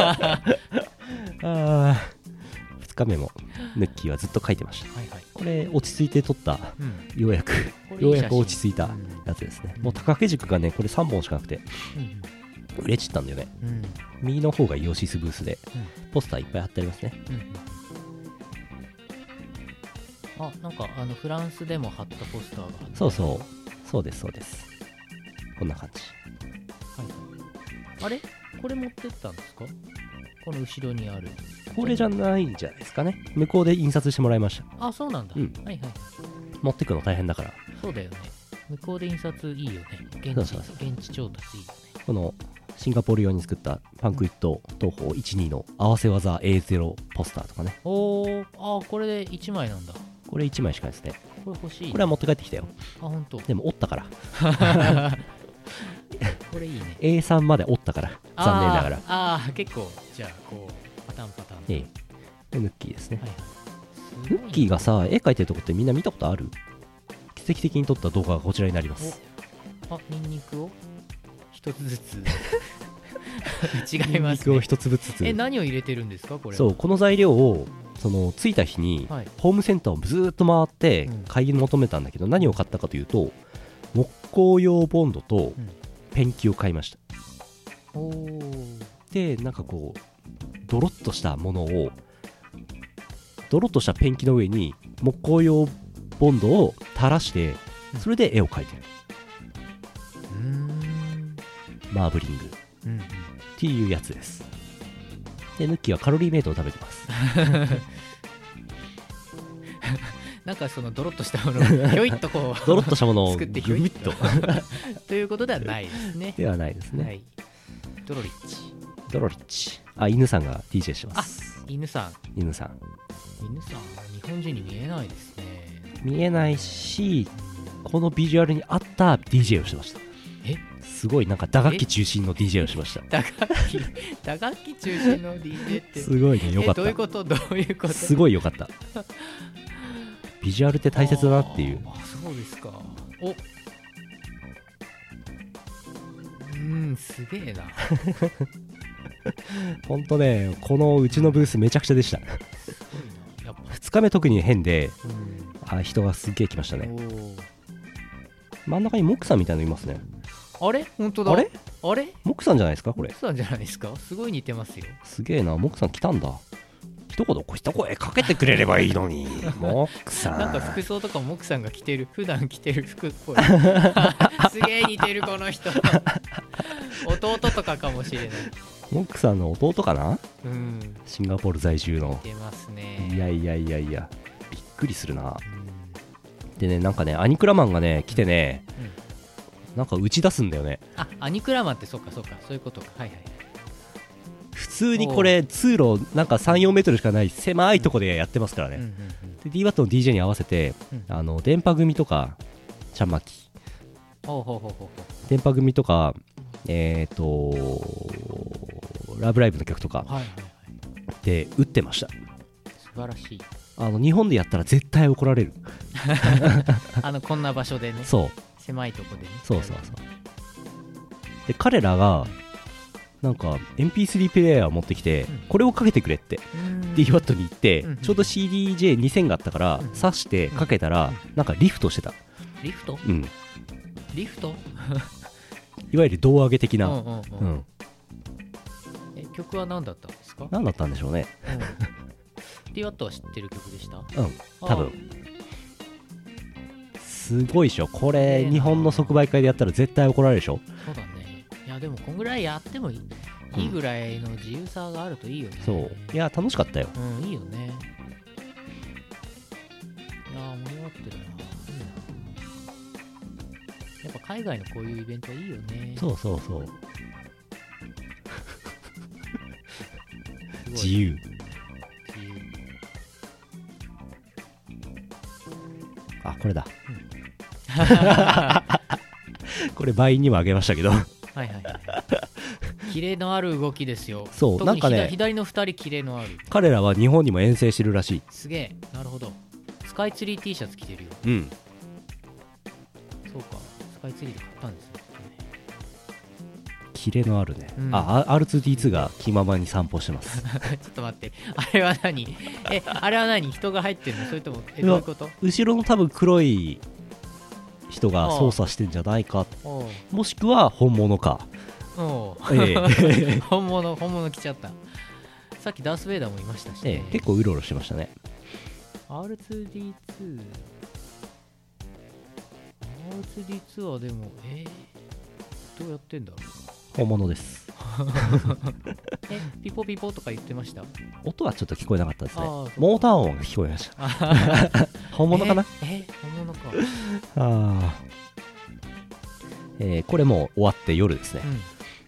あふつかめもヌッキーはずっと書いてました、はいはい、これ落ち着いて撮った、うん、ようやくようやく落ち着いたやつですね、うん、もう高掛け軸がねこれさんぼんしかなくて、うん、売れちったんだよね、うん、右の方がイオシスブースで、うん、ポスターいっぱい貼ってありますね、 うん、あ、なんかあのフランスでも貼ったポスターがそうそうそうですそうですこんな感じ、 はい、あれこれ持ってったんですか？この後ろにあるこれじゃないんじゃないですかね。向こうで印刷してもらいました。 あ、そうなんだ、うん、はいはい。 持ってくの大変だから。 そうだよね。向こうで印刷いいよね。現地、そうそうそう、現地調達いいよね。 このシンガポール用に作ったパンクイット東宝いちにの合わせ技 エーゼロ ポスターとかね。 おー、あー、これでいちまいなんだ。 これいちまいしかないですね。 これ欲しい、ね、 これは持って帰ってきたよ。 あ、ほんと。 でも折ったからこれいいね。 エースリー まで折ったから残念ながら。 ああ、結構じゃあこうパターンパターン。 ええ、ヌッキーですね、はいはい、ヌッキーがさ絵描いてるとこってみんな見たことある？奇跡的に撮った動画がこちらになります。 あ、ニンニクを一つずつ違いますね。ニンニクを一粒ずつ。 え、何を入れてるんですかこれ？ そう、この材料をその着いた日にホームセンターをずっと回って買い求めたんだけど、何を買ったかというと木工用ボンドとペンキを買いました、うん、おでなんかこうドロッとしたものをドロッとしたペンキの上に木工用ボンドを垂らしてそれで絵を描いてる、うーんマーブリング、うん、っていうやつです。でヌッキーはカロリーメイトを食べてますなんかそのドロッとしたものをひょいっとこうドロッとしたものを作ってひょいっとということではないですね。 ではないですね、はい、 ドロリッチドロリッチあ、犬さんが ディージェー してます。 あ、犬さん犬さん犬さん日本人に見えないですね。 見えないし、このビジュアルに合った ディージェー をしてました。 えすごいなんか打楽器中心の ディージェー をしました。 打楽器打楽器中心の ディージェー ってすごいね、よかった。 どういうことどういうことすごいよかったビジュアルって大切だなっていう。 ああ、そうですか。おうんすげえなほんとね、このうちのブースめちゃくちゃでした。ふつかめ特に変で、うん、あ、人がすっげえ来ましたね。真ん中にモクさんみたいなのいますね。 あれ本当だ。 あれあれモクさんじゃないですかこれ。 モクさんじゃないですか。すごい似てますよ。 すげえな、モクさん来たんだ。一言一声かけてくれればいいのにモクさんなんか服装とかモクさんが着てる普段着てる服っぽいすげえ似てるこの人弟とかかもしれない。 モクさんの弟かな、 うん、 シンガポール在住の。 似てますね。 いやいやいやいやびっくりするな、うん、でね、なんかねアニクラマンがね来てね、うん、なんか打ち出すんだよね。 あ、アニクラマンってそっかそっかそういうことか。はいはい。 普通にこれ通路なんか さん,よん メートルしかない狭いとこでやってますからね、うんうんうんうん、で ディーワット の ディージェー に合わせて、うん、あの電波組とかちゃんまきほうほうほうほう電波組とかえっ、ー、とラブライブの曲とかで打ってました。 素晴らしい。 あの日本でやったら絶対怒られるあのこんな場所でね。 そう狭いとこでね。 そうそうそう。で彼らがなんか エムピースリー プレイヤーを持ってきて、うん、これをかけてくれって ディーワット に行って、うんうん、ちょうど シーディージェーにせん があったから、うん、挿してかけたら、うん、なんかリフトしてた。 リフト？ うん。 リフト？ いわゆる胴上げ的な、うんうんうんうん、 え曲は何だったんですか？ 何だったんでしょうね、 うん、ディーワット は知ってる曲でした？ うん、多分すごいでしょこれ。日本の即売会でやったら絶対怒られるでしょ。 そうだね。いやでもこんぐらいやってもいい、うん、いいぐらいの自由さがあるといいよね。 そう。いや楽しかったよ。 うん、いいよね。いや盛り上がってるな。いいな。やっぱ海外のこういうイベントはいいよね。 そうそうそう自由自由。あ、これだ、うん、これ倍にも上げましたけどはいはい、はい、 キレのある動きですよ。 そう特になんかね左のふたりキレのある。 彼らは日本にも遠征してるらしい。 すげえ。なるほど。スカイツリー T シャツ着てるよ。 うんそうか、スカイツリーで買ったんですね。 キレのあるね、 うんあ アールツーディーツー が気ままに散歩してますちょっと待って、あれは何？え、あれは何？人が入ってるの？それとも、え、どういうこと？ 後ろの多分黒い人が操作してんじゃないか、 おうもしくは本物か。 おうええ本物、本物来ちゃった。さっきダース・ベイダーもいましたし、ね、 ええ結構うろうろしてましたね。 アールツーディーツー アールツーディーツー はでも、えー、どうやってんだろう。 本物です。 え、ピポピポとか言ってました？ 音はちょっと聞こえなかったですね。 あーモーター音が聞こえました本物かな。 え、え本物か。 あー、えーこれもう終わって夜ですね、 うん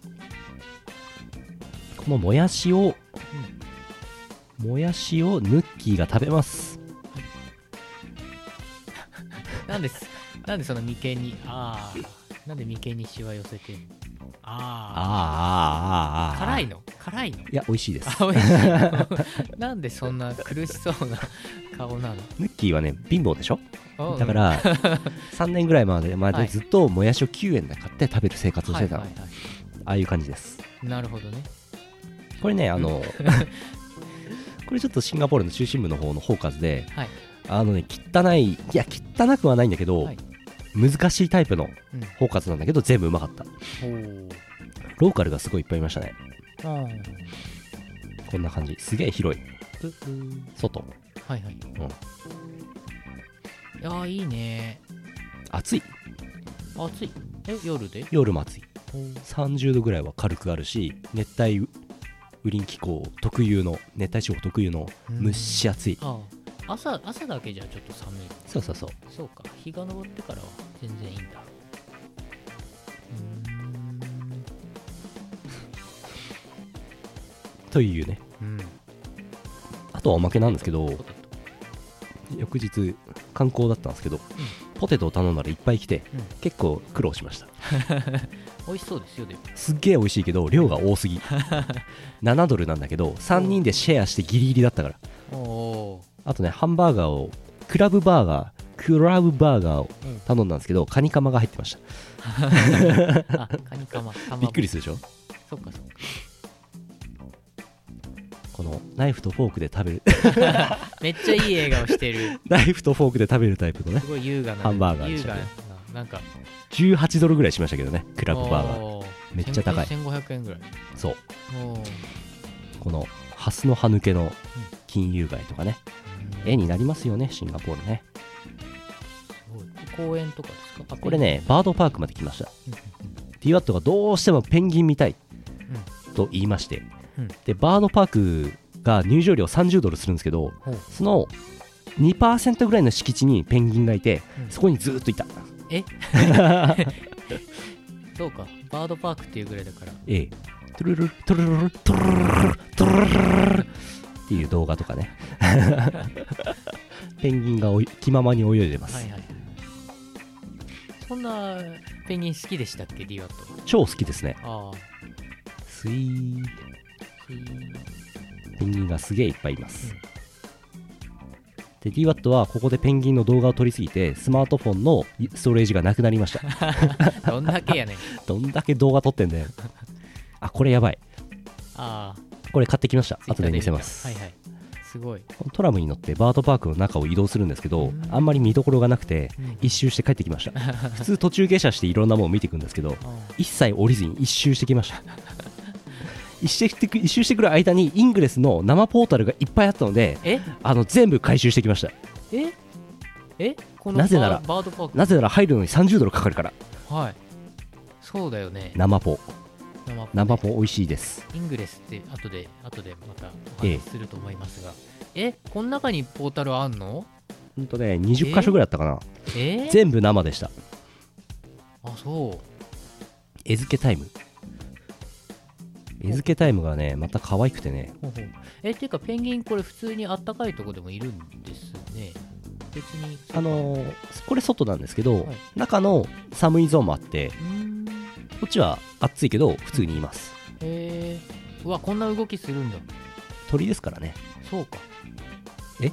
このもやしを、もやしをヌッキーが食べます。 なんです、なんでその眉間に、ああ、なんで眉間にしわ寄せてんの？ああ、 あーあーあーあー辛いの？辛いの？ いや美味しいです。 あ、美味しいのなんでそんな苦しそうな顔なの？ ヌッキーはね貧乏でしょ。 うんだからさんねんぐらいまでまはいでずっともやしをきゅうえんで買って食べる生活をしてたの、 はいはいはいああいう感じです。 なるほどね。 これねあのこれちょっとシンガポールの中心部の方のホーカズで、 はい。 あのね汚い、いや汚くはないんだけど、 はい難しいタイプのうん。 ホーカズなんだけど全部うまかった。 ほう。 ローカルがすごいいっぱいいましたね。 あーこんな感じ、すげえ広い。 うう外、 はいはい。 うん、 いやー、いいね。 暑い。 暑い。え、夜で？ 夜も暑い。 ほう。 さんじゅうどぐらいは軽くあるし、熱帯雨林気候特有の、熱帯地方特有の蒸し暑い。 ああ、朝、朝だけじゃちょっと寒い。 そうそうそう。 そうか、日が昇ってからは全然いいんだ。 というね。 うーん。うん。 あとはおまけなんですけど、 ポテト。 翌日観光だったんですけど、ポテトを頼んだらいっぱい来て、 うん結構苦労しました。 美味しそうですよ、でも。 すっげえ美味しいけど量が多すぎななドルなんだけどさんにんでシェアしてギリギリだったから。 おおあとねハンバーガーをクラブバーガークラブバーガーをー。うん。 頼んだんですけどカニカマが入ってました。 あ、カニカマ。 びっくりすするでしょ。 そっかそっか。 このナイフとフォークで食べるめっちゃいい笑顔してる。 ナイフとフォークで食べるタイプのねすごい優雅な。 ハンバーガーでしたね優雅な。なんか、 じゅうはちドルぐらいしましたけどねクラブバーガー。 おーめっちゃ高い。 せんごひゃくえんぐらい。 そうおーこのハスの葉抜けの金融街とかねうん絵になりますよねシンガポールね。 すごい。公園とかですか？あこれ。ねバードパークまで来ました。 うんティーワットがどうしてもペンギン見たいうんと言いまして、 うんでバードパークが入場料さんじゅうドルするんですけどほう。 その にパーセント ぐらいの敷地にペンギンがいて、 うんそこにずーっといた。 えそうか、バードパークっていうぐらいだから。 ええトゥルルルトゥルルルトゥルルルトゥルルルルっていう動画とかねペンギンがおい気ままに泳いでます、 はいはいはい。そんなペンギン好きでしたっけ、ディワット。 超好きですね。 ああ。 スイーへーペンギンがすげえいっぱいいます、で ディーワット はここでペンギンの動画を撮りすぎてスマートフォンのストレージがなくなりましたどんだけやねん。 どんだけ動画撮ってんだよあこれやばい。 ああ。 これ買ってきました。後 Twitter で見せます、 はいはい。すごい。 トラムに乗ってバードパークの中を移動するんですけど、 うんあんまり見どころがなくてうん一周して帰ってきました普通途中下車していろんなものを見ていくんですけどあ一切降りずに一周してきました一周してく一周してくる間にイングレスの生ポータルがいっぱいあったのでえあの全部回収してきました。 ええこのなぜならバーバードパーク。 なぜなら入るのにさんじゅうドルかかるから。 はい。そうだよね。 生ポ生ポね生ポ美味しいです。 イングレスって後で後でまたおええ話しすると思いますが、えこの中にポータルあんの？ ほんとねにじゅっかしょぐらいあったかな、 えー、 全部生でした。 あそう。 餌付けタイム餌付けタイムがねまた可愛くてね。 ほうほう。えっていうかペンギンこれ普通にあったかいとこでもいるんですね。別にあのー、これ外なんですけど、 はい中の寒いゾーンもあってうーんこっちは暑いけど普通にいます。 へえ。うわ、こんな動きするんだ。 鳥ですからね。 そうか。 え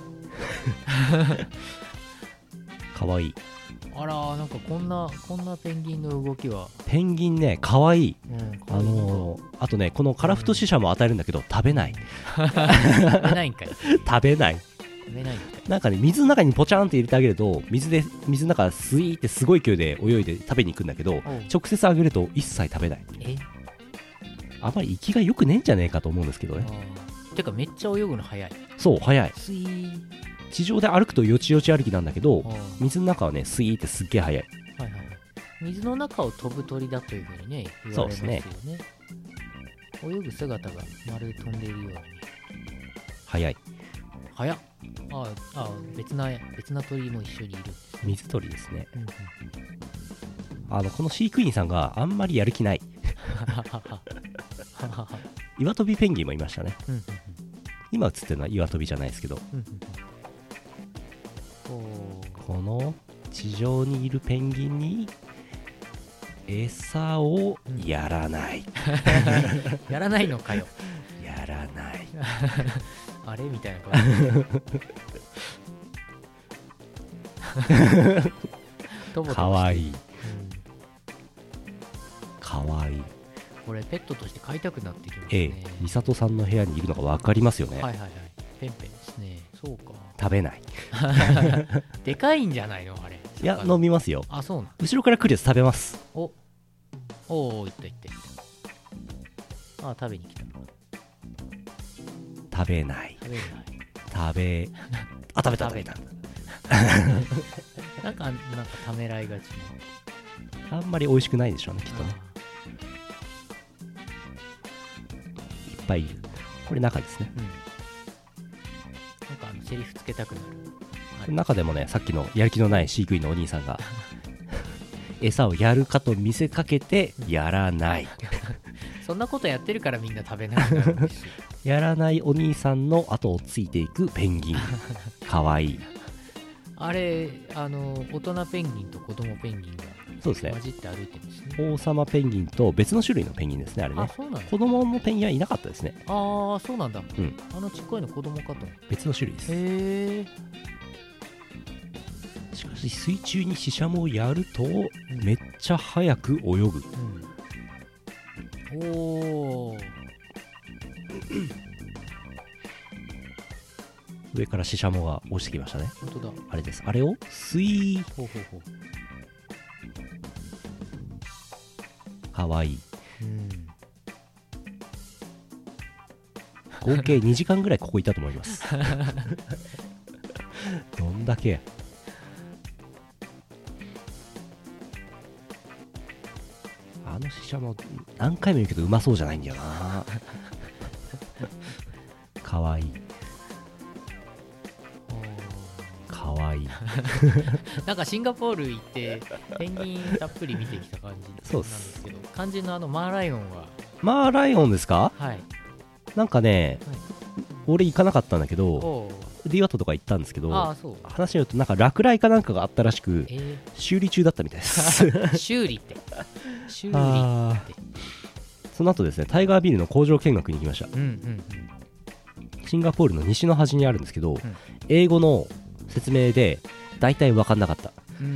かわいい。 あらー、なんかこんなこんなペンギンの動きは、 ペンギンね、かわいい。 うん、 あのー、あとね、このカラフトシシャも与えるんだけど、食べない。 食べないんかい。 食べない。 食べないんかい。 なんかね、水の中にポチャンって入れてあげると、水で水の中スイーってすごい勢いで泳いで食べに行くんだけど、直接あげると一切食べない。 え、 あまり息が良くねえんじゃねえかと思うんですけどね。 てかめっちゃ泳ぐの早い。 そう、早い。 スイー。 地上で歩くとよちよち歩きなんだけど、 あー水の中はね、スイーってすっげえ早い。 はいはい。水の中を飛ぶ鳥だというふうにね、言われますよね。泳ぐ姿がまるで飛んでいるように。 早い。 早っ。ああ、別な別な鳥も一緒にいる。 水鳥ですね。 うんうん、 あのこの飼育員さんがあんまりやる気ない。岩飛びペンギンもいましたね。 うんうんうん、 今映ってるのは岩飛びじゃないですけど、 うんうんうん、 この地上にいるペンギンに餌をやらない、 うん、やらないのかよ。 やらないあれみたいな感じ。 かわいい、 うん、 かわいい。 これペットとして飼いたくなってきますね。 ええ、美里さんの部屋にいるのが分かりますよね。 はいはいはい。ペンペンですね。そうか。 食べない。 でかいんじゃないのあれ。 いや、飲みますよ。 あ、そうなん。 後ろから来るやつ食べます。 おおー、いったいったいった。あ、食べに来た。 食べない。 食べない。 食べ、あ、食べた食べた。 なんか、なんかためらいがちな。あんまり美味しくないでしょうね、きっとね。いっぱいいる。これ中ですね。 うん。なんかあのセリフつけたくなる。 中でもね、さっきのやる気のない飼育員のお兄さんが餌をやるかと見せかけてやらないそんなことやってるからみんな食べないんですよ。 やらないお兄さんの後をついていくペンギン。かわいい。 あれ、あの大人ペンギンと子供ペンギンがそうですね、 混じって歩いてるんですね。 王様ペンギンと別の種類のペンギンですね、あれね。 あ、そうなんだ。 子供のペンギンはいなかったですね。 ああ、そうなんだ。 うん、 あのちっこいの子供かと。 別の種類です。 へえ。 しかし水中にシシャモをやるとめっちゃ速く泳ぐ、 うん、おお。 上からシシャモが落ちてきましたね。 本当だ。 あれです。あれをスイー。 ほうほうほう。 かわいい。 うん、 合計にじかんぐらいここいたと思います。どんだけ。あのシシャモ何回も言うけどうまそうじゃないんだよな。かわいい。かわいい。 なんかシンガポール行ってペンギンたっぷり見てきた感じなんですけど、肝心のあのマーライオンは。 マーライオンですか？ はい。 なんかね、はい、俺行かなかったんだけど、ディワットとか行ったんですけど、 ああ、そう。 話によるとなんか落雷かなんかがあったらしく、 えー、 修理中だったみたいです。 修理って修理ってその後ですね、タイガービールの工場見学に行きました。 うんうんうん、 シンガポールの西の端にあるんですけど、うん、英語の説明で大体分かんなかった。うんうん、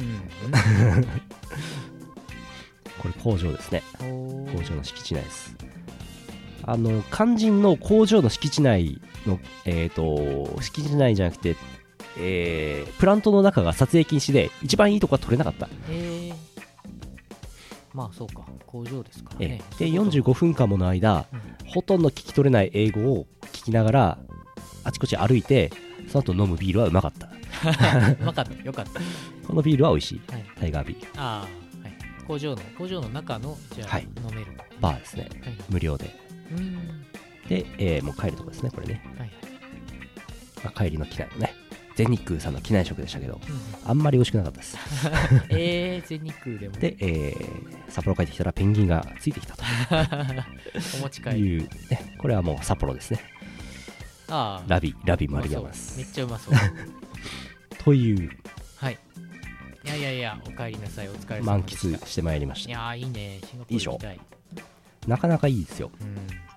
これ工場ですね。工場の敷地内です。あの肝心の工場の敷地内の、えーと、敷地内じゃなくて、えー、プラントの中が撮影禁止で一番いいとこは撮れなかった。 へー、まあそうか、工場ですからね。 えー、でよんじゅうごふんかんもの間、うん、ほとんど聞き取れない英語を聞きながらあちこち歩いて、その後飲むビールはうまかった。 うまかった、よかった。 このビールは美味しい、はい、タイガービール。 ああ、はい、工場の工場の中のじゃあ、はい、飲めるバーですね、はい、無料で。うん、で、えー、もう帰るとこですね、これね。はいはい、まあ、帰りの機内のね、全日空さんの機内食でしたけど、うん、あんまり美味しくなかったです。 えー、全日空でも。 で、えー、札幌帰ってきたらペンギンがついてきたとお持ち帰りいう、ね、これはもう札幌ですね。 あラビラビもあります。 めっちゃうまそうという、 はい、いやいやいや、お帰りなさい、お疲れ様でした。 満喫してまいりました。 いやー、いいね、シンガポール行きたい。 なかなかいいですよ。 うん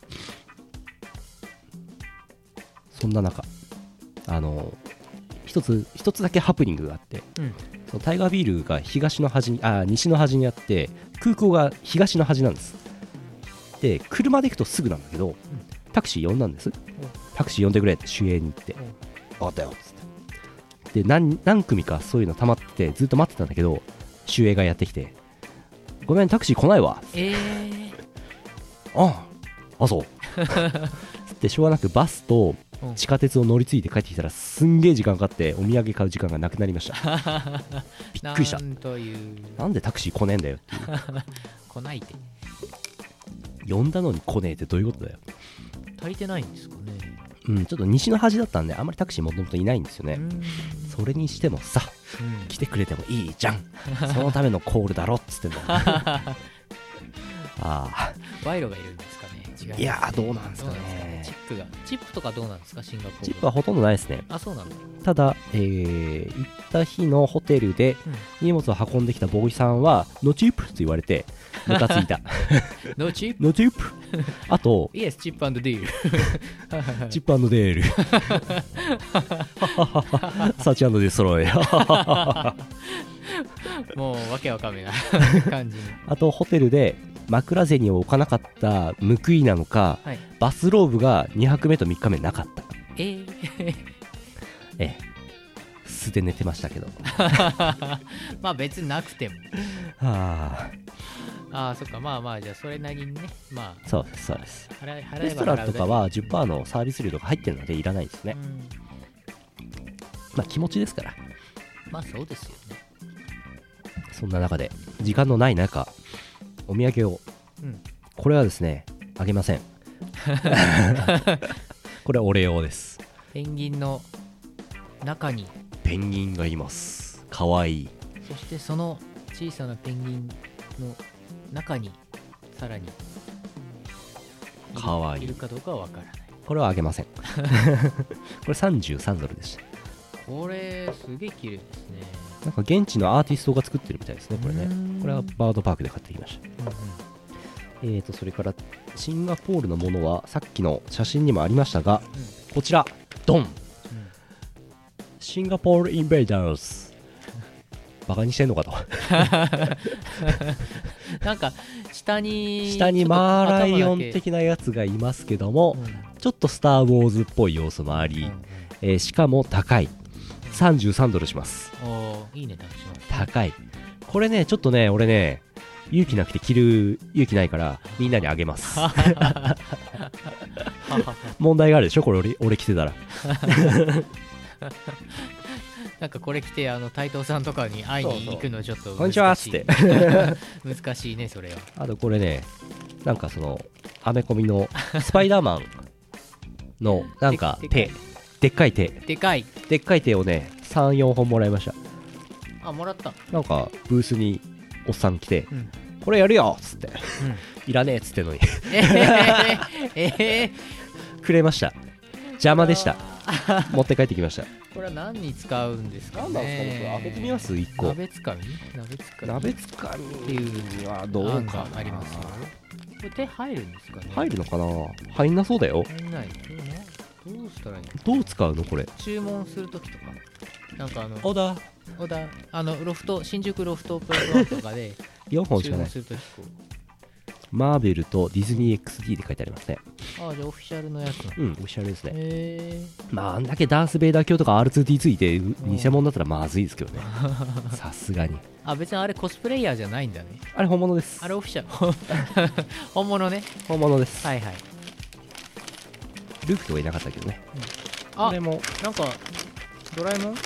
そんな中あの一つ一つだけハプニングがあって、 うんそのタイガービールが東の端にあ西の端にあって空港が東の端なんです。で車で行くとすぐなんだけど、タクシー呼んだんです。タクシー呼んでくれって守衛に行って分かったよっつってで 何, 何組かそういうの溜まっててずっと待ってたんだけど、守衛がやってきてごめんタクシー来ないわっつって、 えー、 ああそうつってしょうがなくバスと地下鉄を乗り継いで帰ってきたらすんげえ時間かかってお土産買う時間がなくなりましたびっくりした。 なんというなんでタクシー来ねえんだよっていう来ないって呼んだのに来ねえってどういうことだよ。 足りてないんですかね。 うん、ちょっと西の端だったんであんまりタクシーもともといないんですよね。それにしてもさ、うん、来てくれてもいいじゃんそのためのコールだろっつってんだああ賄賂がいるんですかね。違いますね。 いやーどうなんですかね。 チップがチップとかどうなんですかシンガポール。 チップはほとんどないですね。 あ、そうなんだ。 ただ、えー、行った日のホテルで荷物を運んできたボーイさんはノチップと言われてムカついたノチップノチップあとイエスチップ&ディールチップ&デールサーチ&デストロイもうわけわかめな感じあとホテルで枕銭を置かなかった報いなのか、はい、バスローブがにはくめとみっかめなかった。 えー、 ええ素で寝てましたけどまあ別になくてもはああそっかまあまあじゃあそれなりにねまあそうですそうです。 払え払えば払うレストランとかは じゅっパーセント のサービス料とか入ってるのでいらないですね。まあ気持ちですから。 まあそうですよね。 そんな中で時間のない中お土産を、うん、これはですねあげませんこれはお礼用です。 ペンギンの中にペンギンがいます。かわいい。 そしてその小さなペンギンの中にさらにかわいいいるかどうかはわからない。 これはあげませんこれさんじゅうさんドルでした。 これすげえ綺麗ですね。 なんか現地のアーティストが作ってるみたいですねこれね。これはバードパークで買ってきました、うんうん、えーとそれからシンガポールのものはさっきの写真にもありましたが、うん、こちらドン、うん、シンガポールインベーダーズバカにしてんのかとなんか下に下にマーライオン的なやつがいますけども、うん、ちょっとスター・ウォーズっぽい要素もあり、うんうんえー、しかも高いさんじゅうさんドルします。 おーいい値段します。 高い。これねちょっとね俺ね勇気なくて着る勇気ないからみんなにあげます問題があるでしょこれ 俺, 俺着てたらなんかこれ着てあの台東さんとかに会いに行くのちょっとこんにちはっつって難しいねそれは。あとこれねなんかそのアメコミのスパイダーマンのなんか手でっかい手でかいでっかい手をねさん、よんほんもらいました。 あもらった。 なんかブースにおっさん来て、うん、これやるよっつって、うん、いらねえっつってのにえー、えー、くれました。邪魔でした持って帰ってきました。 これは何に使うんですかね。 何なんですかね。開けてみますいっこ。 鍋つかみ鍋つかみ鍋つかみっていうにはどうかありますよ。これ手入るんですかね。 入るのかな。入んなそうだよ。 入んない。どうしたらいいの。 どう使うのこれ。 注文するときとかなんかあのオーダーオーダーあのロフト新宿ロフトプラスワンとかでよんほんしかない。 注文するときこうマーベルとディズニー エックスディー って書いてありますね。 ああじゃあオフィシャルのやつなの。 うんオフィシャルですね。 へーまああんだけダース・ベイダー卿とか アールツーディー ついて偽物だったらまずいですけどねさすがに。 あ別にあれコスプレイヤーじゃないんだね。 あれ本物です。 あれオフィシャル本物ね。 本物です。 はいはい。 ルークとはいなかったけどね、 うん、あこれもなんかドラえもん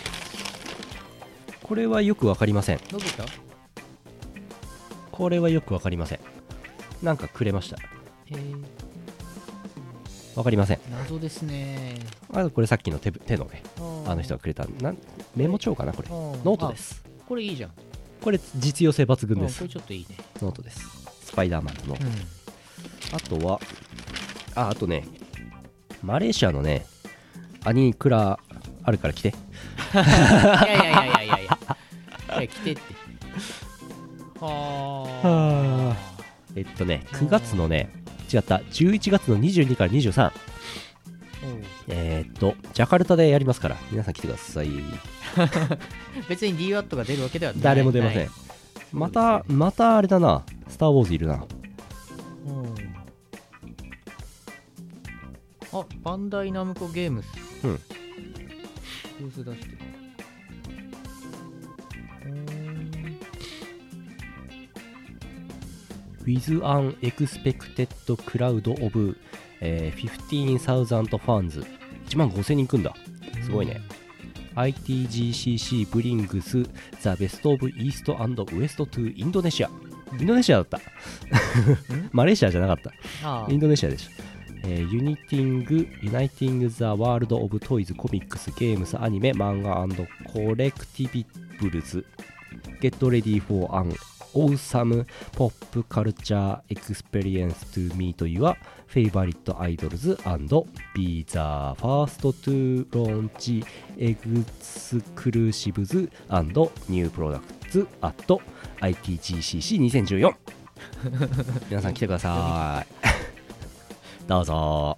これはよくわかりません。 伸びたこれはよくわかりません。なんかくれました。 へーわかりません。 謎ですね。 あとこれさっきの 手, 手のねあの人がくれたなんメモ帳かなこれ。ノートです。 これいいじゃん。 これ実用性抜群です。 これちょっといいね。 ノートです。スパイダーマンのノート、うん、あとはああとねマレーシアのねアニクラあるから来ていやいやいやいやいやいやいや来てってはあえっとねくがつのね違ったじゅういちがつのにじゅうにからにじゅうさん、えー、っとジャカルタでやりますから皆さん来てください。 別に ディーワット が出るわけではない。 誰も出ません、はい、またまたあれだな、スターウォーズいるな。 あ、バンダイナムコゲームス。 うん。 ブース出してる。 With an expected crowd of、えー、フィフティーンサウザンド fans。いちまんごせんにん来んだ。すごいね。アイティージーシーシー brings the best of East and West to インドネシア。インドネシアだった。マレーシアじゃなかった。インドネシアでしょ。えー、Uniting, Uniting the World of Toys, Comics, Games, Anime, Manga and Collectibles. Get ready for an awesome pop culture experience to meet your favorite idols and be the first to launch exclusives and new products at アイティージーシーシーにせんじゅうよん。皆さん来てください。どうぞ。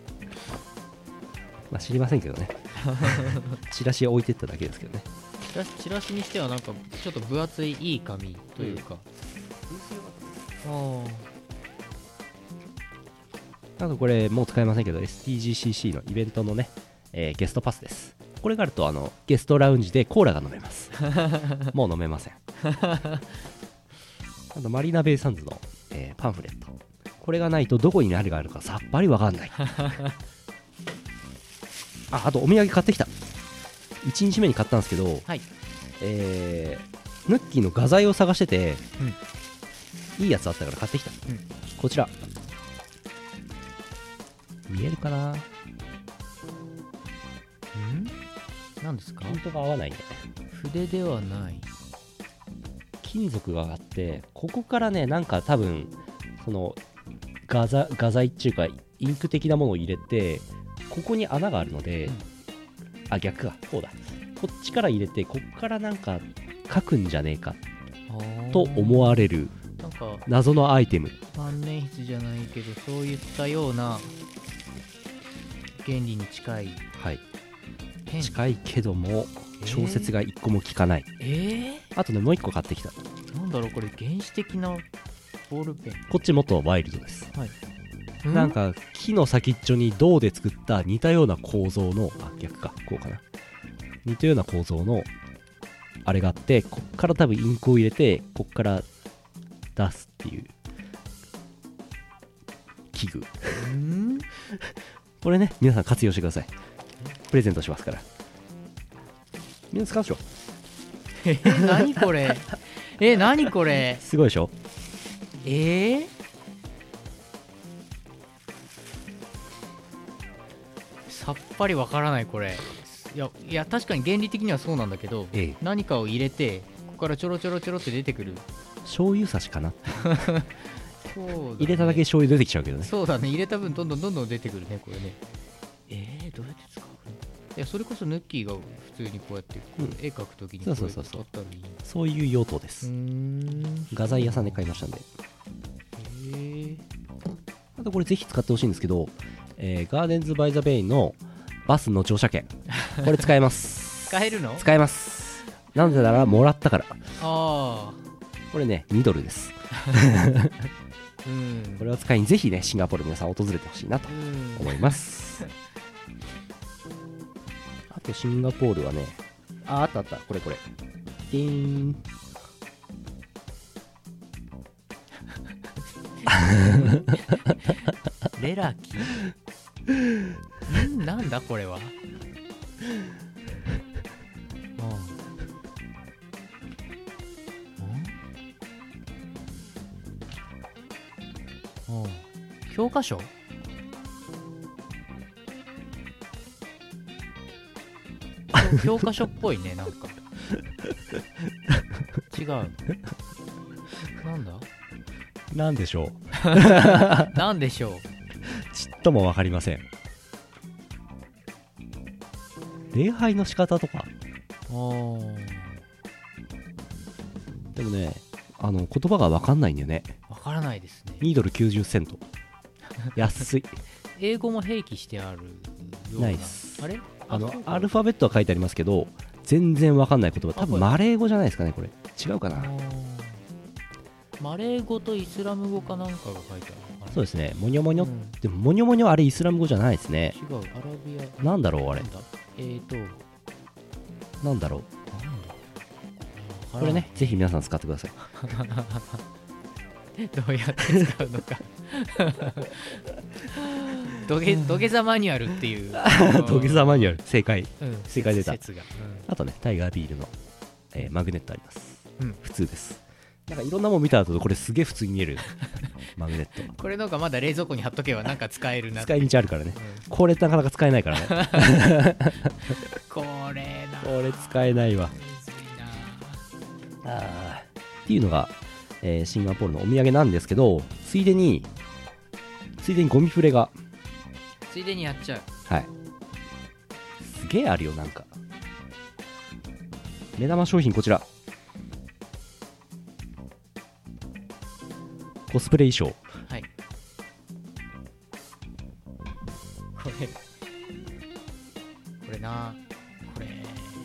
まあ知りませんけどね。チラシ置いてっただけですけどね。 チラシ、チラシにしてはなんかちょっと分厚いいい紙というか、うん、ああとこれもう使えませんけど エスティージーシーシー のイベントのね、えー、ゲストパスです。これがあるとあのゲストラウンジでコーラが飲めます。もう飲めません。あとマリーナベイサンズの、えー、パンフレット、これがないとどこに何があるかさっぱりわかんない。あ、あとお土産買ってきた。いちにちめに買ったんですけど、はい、えー、ヌッキーの画材を探してて、うん、いいやつあったから買ってきた、うん、こちら見えるかな。ん何ですか。 ピントが合わないね。 筆ではない。 金属があって、ここからねなんか多分その画材、画材っていうかインク的なものを入れて、ここに穴があるので、うん、あ、逆か、こうだ。こっちから入れて、こっからなんか書くんじゃねえかと思われるなんか謎のアイテム。 万年筆じゃないけど、そういったような原理に近い。 はい。近いけども、調節がいっこも効かない。 えー、 あとね、もういっこ買ってきた。 なんだろう、これ原始的なボールペン。 こっちもっとワイルドです。 はい。 なんか木の先っちょに銅で作った似たような構造の、あ、逆か、こうかな、似たような構造のあれがあって、こっから多分インクを入れてこっから出すっていう器具。んこれね、皆さん活用してください。プレゼントしますから。みんな使うでしょ。 えー、何これ。えー、何これ。 すごいでしょ。 えーさっぱりわからないこれ。いやいや、確かに原理的にはそうなんだけど、ええ、何かを入れてここからちょろちょろちょろって出てくる。 醤油差しかな。 そうだね、 入れただけ醤油出てきちゃうけどね。 そうだね、入れた分どんどんどんどん出てくるねこれね。えー、どうやって使うの。いや、それこそヌッキーが普通にこうやってこう、うん、絵描くときにこうやって使ったらいい。 そういう用途です。うーん、画材屋さんで買いましたんで。へえ。あとこれぜひ使ってほしいんですけど、えー、ガーデンズ・バイ・ザ・ベイのバスの乗車券、これ使えます。 使えるの。 使えます。なぜならもらったから。 ああ、 これねにドルです。うん、これを使いにぜひねシンガポール皆さん訪れてほしいなと思います。あとシンガポールはね、あ、あったあった、これこれディーン。 レラキんなんだこれは。うんうん、教科書。教科書っぽいね、なんか。違う。なんだなんでしょう。なんでしょう。 ちっともわかりません。礼拝の仕方とか。あでもね、あの言葉がわかんないんだよね。 わからないですね。 にドルきゅうじゅっセント安い。 英語も併記してあるような。 ないです。 あれあのそうかアルファベットは書いてありますけど全然わかんない言葉、多分あマレー語じゃないですかね。これ違うかな。 あーマレー語とイスラム語かなんかが書いてあるのかな。 そうですね。モニョモニョ、 うんでもモニョモニョあれイスラム語じゃないですね。 違う、アラビア。 なんだろうあれなんだえーと、 なんだろうなんだこれね、ぜひ皆さん使ってください。 どうやって使うのか土下土下座マニュアルっていう土下座マニュアル正解。 うん正解出た説が、 あとねタイガービールの、えーマグネットあります。 うん普通です。なんかいろんなもん見た後これすげえ普通に見えるマグネット。 これのがまだ冷蔵庫に貼っとけばなんか使えるなって。 使い道あるからね。 うんこれなかなか使えないからね。 これなこれ使えないわ。 むずいな。 あーっていうのが、えーシンガポールのお土産なんですけど、ついでについでにゴミフレが、 ついでにやっちゃう。 はい、すげえあるよ。なんか目玉商品こちら、コスプレ衣装。 はい。これこれなこれ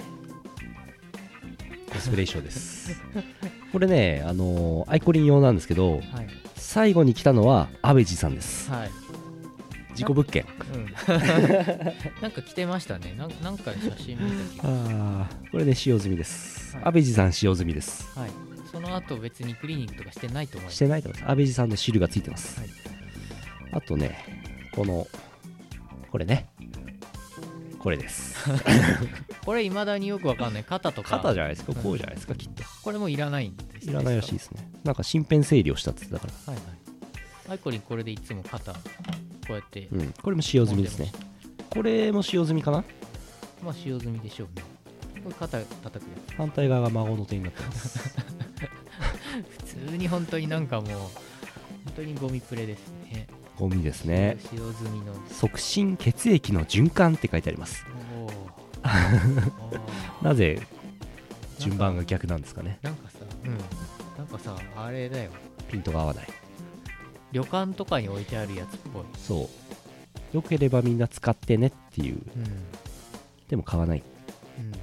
コスプレ衣装ですこれね、あのーアイコリン用なんですけど、 はい最後に来たのはアベジさんです。 はい。 事故物件。 うんなんか着てましたね。なんなんか写真見た気が。 あーこれね使用済みです、 はいアベジさん使用済みです。 はい。その後別にクリーニングとかしてないと思います。 してないと思います。アベジさんのシールがついてます、 はいあとねこのこれねこれですこれ未だによくわかんない。肩とか。 肩じゃないですか。 うんこうじゃないですか、きっと。 これもいらないんですね。 いらないらしいですね。なんか身辺整理をしたって言ってたかはいはい。アイコリンこれでいつも肩こうやって、 ら、うん、これも使用済みですね。これも使用済みかな。 まあ使用済みでしょうね。これ肩叩くや反対側が孫の手になってますつ。普通に本当になんかもう本当にゴミプレですね。 ゴミですね。 使用済みの。 促進血液の循環って書いてあります。 おーなぜ順番が逆なんですかね。 なんかさ、うん。なんかさ、あれだよ。 ピントが合わない。 旅館とかに置いてあるやつっぽい。 そう。よければみんな使ってねっていう。 うん。 でも買わない。 うん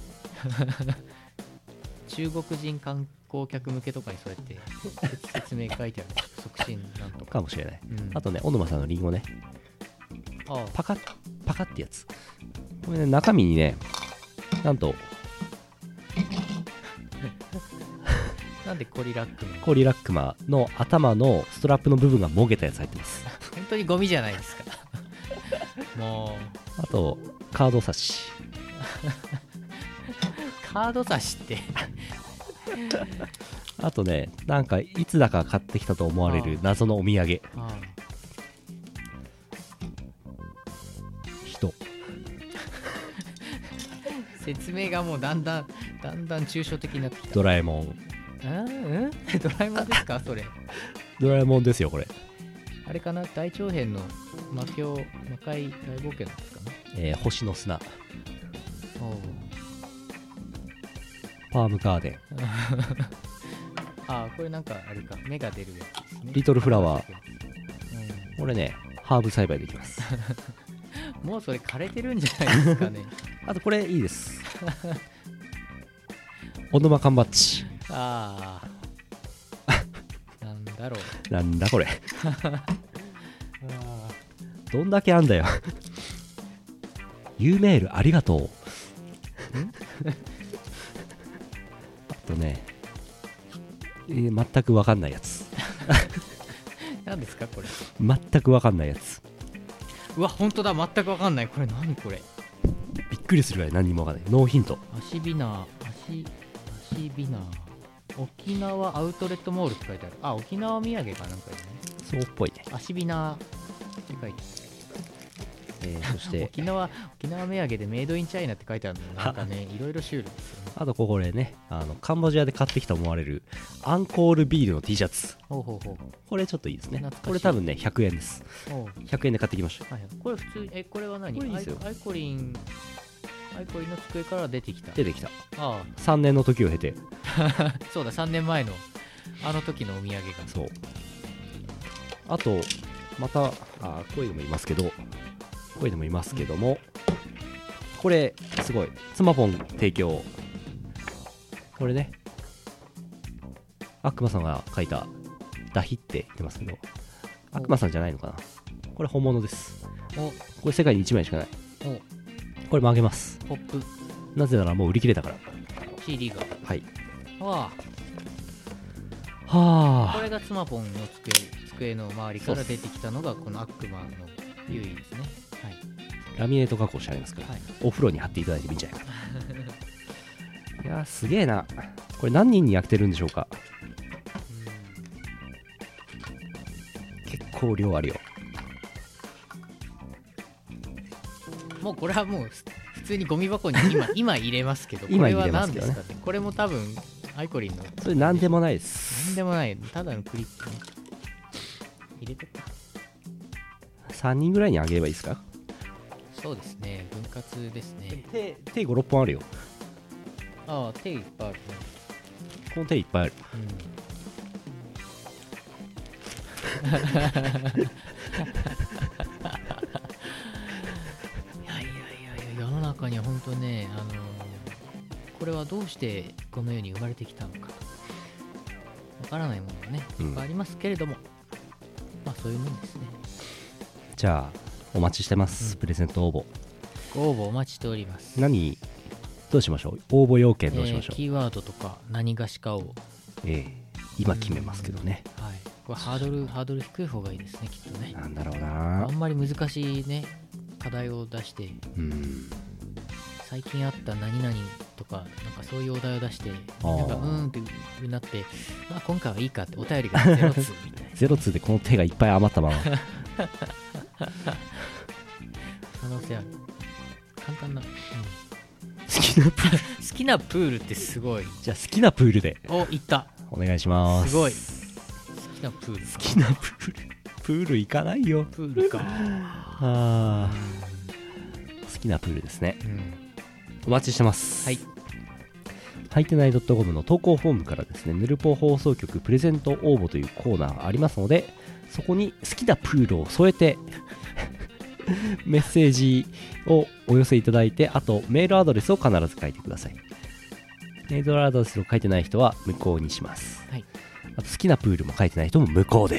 中国人観光客向けとかにそうやって説明書いてある。促進なんとか。 かもしれない。 うんあとね、小沼さんのリンゴね。 ああパカッ、パカッってやつ。これね、中身にね、なんと、 なんでコリラックのコリラックマの頭のストラップの部分がもげたやつ入ってます。 本当にゴミじゃないですかもうあと、カード差し。 カード差しってあとね、なんかいつだか買ってきたと思われる謎のお土産。 ああ人。 説明がもうだんだんだんだん抽象的になってきた。 ドラえもん。 うんうんドラえもんですかそれ。 ドラえもんですよ、これ。 あれかな、大長編の魔境魔界大冒険のですかね。 えー星の砂。 おうパームガーデン。 ああこれなんかあれか、芽が出るやつですね。 リトルフラワー。 うんこれね、ハーブ栽培できます。 もうそれ枯れてるんじゃないですかね。 あとこれいいです。オノマ缶バッジ。 ああなんだろう。 なんだこれ。どんだけあんだよ。U メールありがとう。あとね、えー全くわかんないやつ。 何ですかこれ。 全くわかんないやつ。 うわ本当だ、全くわかんない。これ何これ。 びっくりするぐらい何にもわかんない。ノーヒント。 足ビナー足足ビナー沖縄アウトレットモールって書いてある。あ、沖縄土産かなんかですね。 そうっぽいね。 足ビナーって書いてある。 えーそして、 沖縄沖縄土産でメイドインチャイナって書いてあるのなんかねいろいろシュールですよね。 あとこれね、あのカンボジアで買ってきた思われるアンコールビールの T シャツ。 ほうほうほうこれちょっといいですね懐かしい。 これ多分ね、ひゃくえんです。 ほう。 ひゃくえんで買ってきました。 はいはい、これ普通えこれは何これいいですよアイアイコリンアイコリンの机から出てきた。 出てきた。 あさんねんの時を経て、 あそうださんねんまえのあの時のお土産が。 そう。 あとまたあ声でもいますけど声でもいますけども、これすごいスマホン提供、これね悪魔さんが書いたダヒって言ってますけど、悪魔さんじゃないのかな、これ本物です。 おこれ世界にいちまいしかない。 おこれもあげます。 ポップなぜならもう売り切れたから。 シーディー がはい。 わはああこれがスマホンの机机の周りから出てきたのがこの悪魔の優位ですね。はいラミネート加工してありますから、 はいお風呂に貼っていただいてもいいんじゃないかな。いやーすげえな。これ何人に焼けてるんでしょうか。結構量あるよ。 もうこれはもう普通にゴミ箱に今今入れますけど、こ今れは入れますけどね何ですかね。これも多分アイコリンのそれ何でもないです。 何でもないただのクリップね入れてた。 さんにんぐらいにあげればいいですか。 そうですね、分割ですね。 手手ごろっぽんあるよ。 ああ手いっぱいあるね。 この手いっぱいある。 うんいやいやいやいや世の中には本当ね、あのーこれはどうしてこの世に生まれてきたのかわからないものがねうんいっぱいありますけれども、まあそういうもんですね。 じゃあお待ちしてます、 うんプレゼント応募。 ご応募お待ちしております。 何どうしましょう。応募要件どうしましょう。 えーキーワードとか何がしかを、 ええ今決めますけどね。 はい、これハードルハードル低い方がいいですねきっとね。 なんだろうあなんまり難しいね課題を出してうん最近あった何々とかなんかそういうお題を出してみんながうーんってなって、まあ、今回はいいかってお便りがゼロつみたいなゼロツーでこの手がいっぱい余ったまま可能性ある。簡単な、うん、 好きなプール好きなプールってすごい。 じゃあ好きなプールでおいったお願いします。 すごい好きなプール好きなプールプール行かないよ。 プールかあ好きなプールですね。 うんお待ちしてます。 はいはいてない .com の投稿フォームからですね、ヌルポ放送局プレゼント応募というコーナーがありますので、そこに好きなプールを添えてメッセージをお寄せいただいて、あとメールアドレスを必ず書いてください。メールアドレスを書いてない人は無効にします。 はいあと好きなプールも書いてない人も無効です。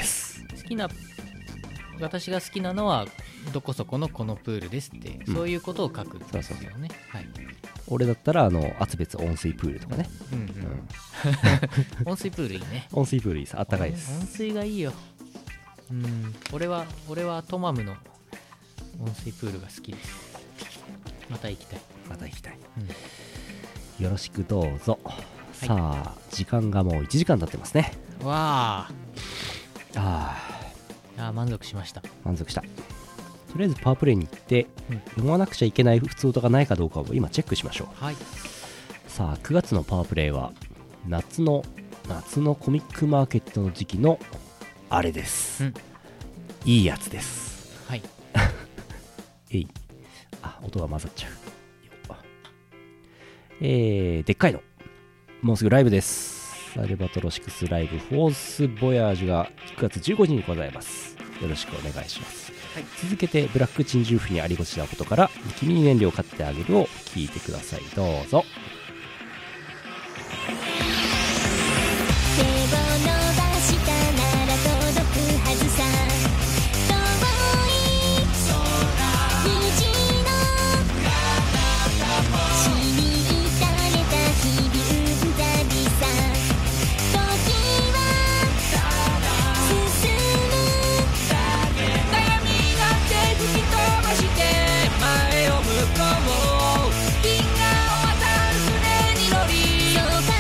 好きな私が好きなのはどこそこのこのプールですって、 うんそういうことを書くんですよね。 そうそうはい俺だったらあの厚別温水プールとかね、 うんううんん、 温水プールいいね。 温水プールいいです。あったかいです。 温水がいいよ。うん俺は俺はトマムの温水プールが好きです。また行きたい。 また行きたい、 うんよろしくどうぞ。さあ時間がもういちじかん経ってますね。 わあああー満足しました。 ー満足した。とりあえずパワープレイに行って、 うん読まなくちゃいけない普通音がないかどうかを今チェックしましょう。 はいさあくがつのパワープレイは夏の夏のコミックマーケットの時期のあれです、 うんいいやつです。 はいえいあ音が混ざっちゃうよ。えー、でっかいのもうすぐライブです。アルバトロシクスライブフォースボヤージュがくがつじゅうごにちにございます。よろしくお願いします、はい、続けてブラック珍獣夫にありごちなことから君に燃料を買ってあげるを聞いてください。どうぞ。 手を伸ばしたなら届くはずさ。遠い虹の染み痛めた日々うんざりさ。時は進む悩みなんて吹き飛ばして前を向こう。銀河を渡る船に乗りそうから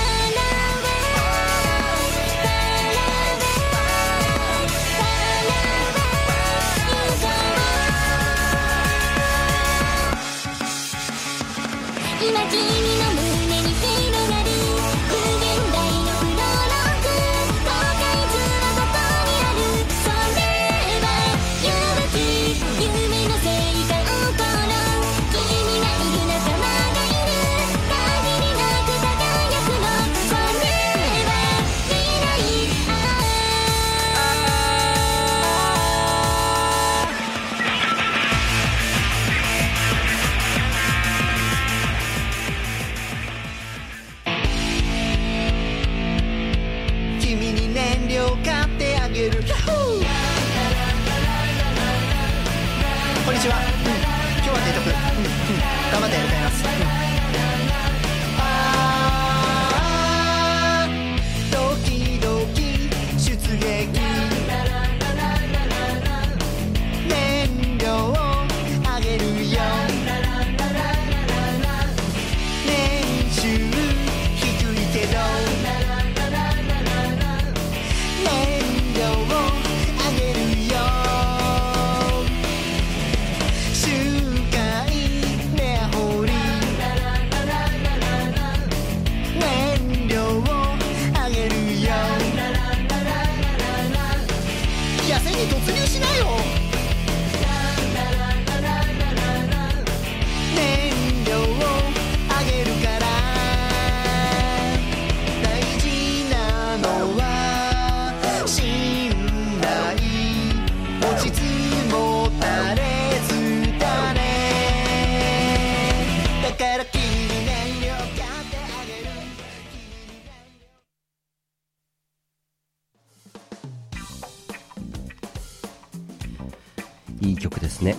今君の胸に広がる無限大のフローローク。後悔図はここにある。それは勇気夢の成果をこの君がいる仲間がいる限りなく輝くの。それは未来。ああ曲ですね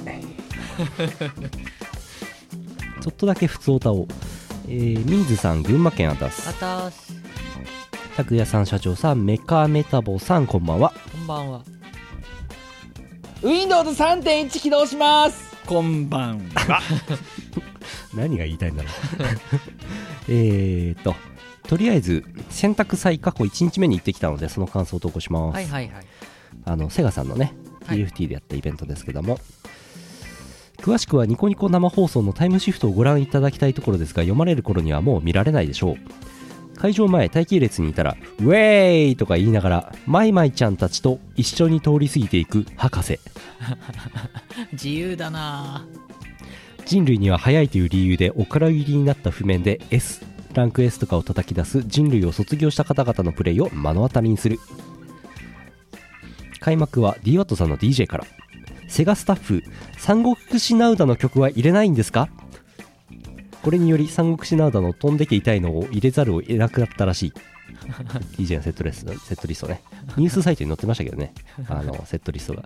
ちょっとだけ普通歌を、えー、ミーズさん群馬県あたすあたーす。 拓也さん社長さんメカメタボさんこんばんは。 こんばんは。 ウィンドウズ さんてんいち 起動します。こんばんは何が言いたいんだろうえーっととりあえず選択祭過去いちにちめに行ってきたのでその感想を投稿します。 はいはいはい。 あのセガさんのねはいティーエフティー でやったイベントですけども、詳しくはニコニコ生放送のタイムシフトをご覧いただきたいところですが、読まれる頃にはもう見られないでしょう。会場前待機列にいたらウェーイとか言いながらマイマイちゃんたちと一緒に通り過ぎていく博士自由だな。 人類には速いという理由でお蔵入りになった譜面で S ランク S とかを叩き出す人類を卒業した方々のプレイを目の当たりにする。開幕は ディーワット さんの ディージェー から、セガスタッフ三国志ナウダの曲は入れないんですか。これにより三国志ナウダの飛んでけ痛いのを入れざるを得なくなったらしいディージェー のセットレスセットリストね、ニュースサイトに載ってましたけどね、あのセットリストが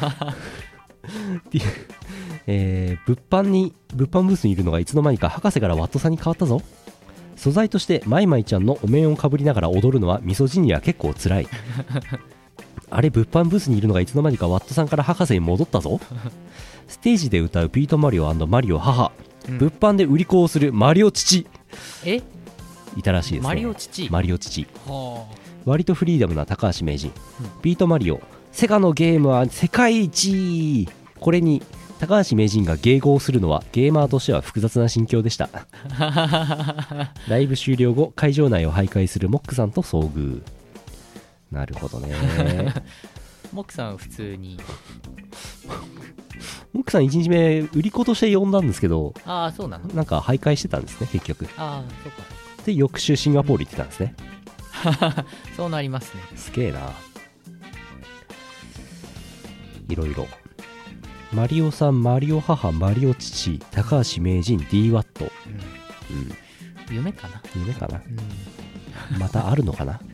えー、物販に物販ブースにいるのがいつの間にか博士からワットさんに変わったぞ。素材としてマイマイちゃんのお面をかぶりながら踊るのはミソジニア結構つらいあれ物販ブースにいるのがいつの間にかワットさんから博士に戻ったぞステージで歌うピートマリオ&マリオ母、うん、物販で売り子をするマリオ父えいたらしいですね。 マリオ父マリオ父はあ、 割とフリーダムな高橋名人、うん、ピートマリオセガのゲームは世界一。これに高橋名人が迎合するのはゲーマーとしては複雑な心境でしたライブ終了後会場内を徘徊するモックさんと遭遇。なるほどねモックさんは普通にモックさんいちにちめ売り子として呼んだんですけど、 ああそうなの、 なんか徘徊してたんですね結局。 ああそうかそうか。 で翌週シンガポール行ってたんですねそうなりますね。 すげえな。いろいろマリオさん、マリオ母、マリオ父、高橋名人、 ディーワット、うんうん、 夢かな夢かな、 うん、 またあるのかな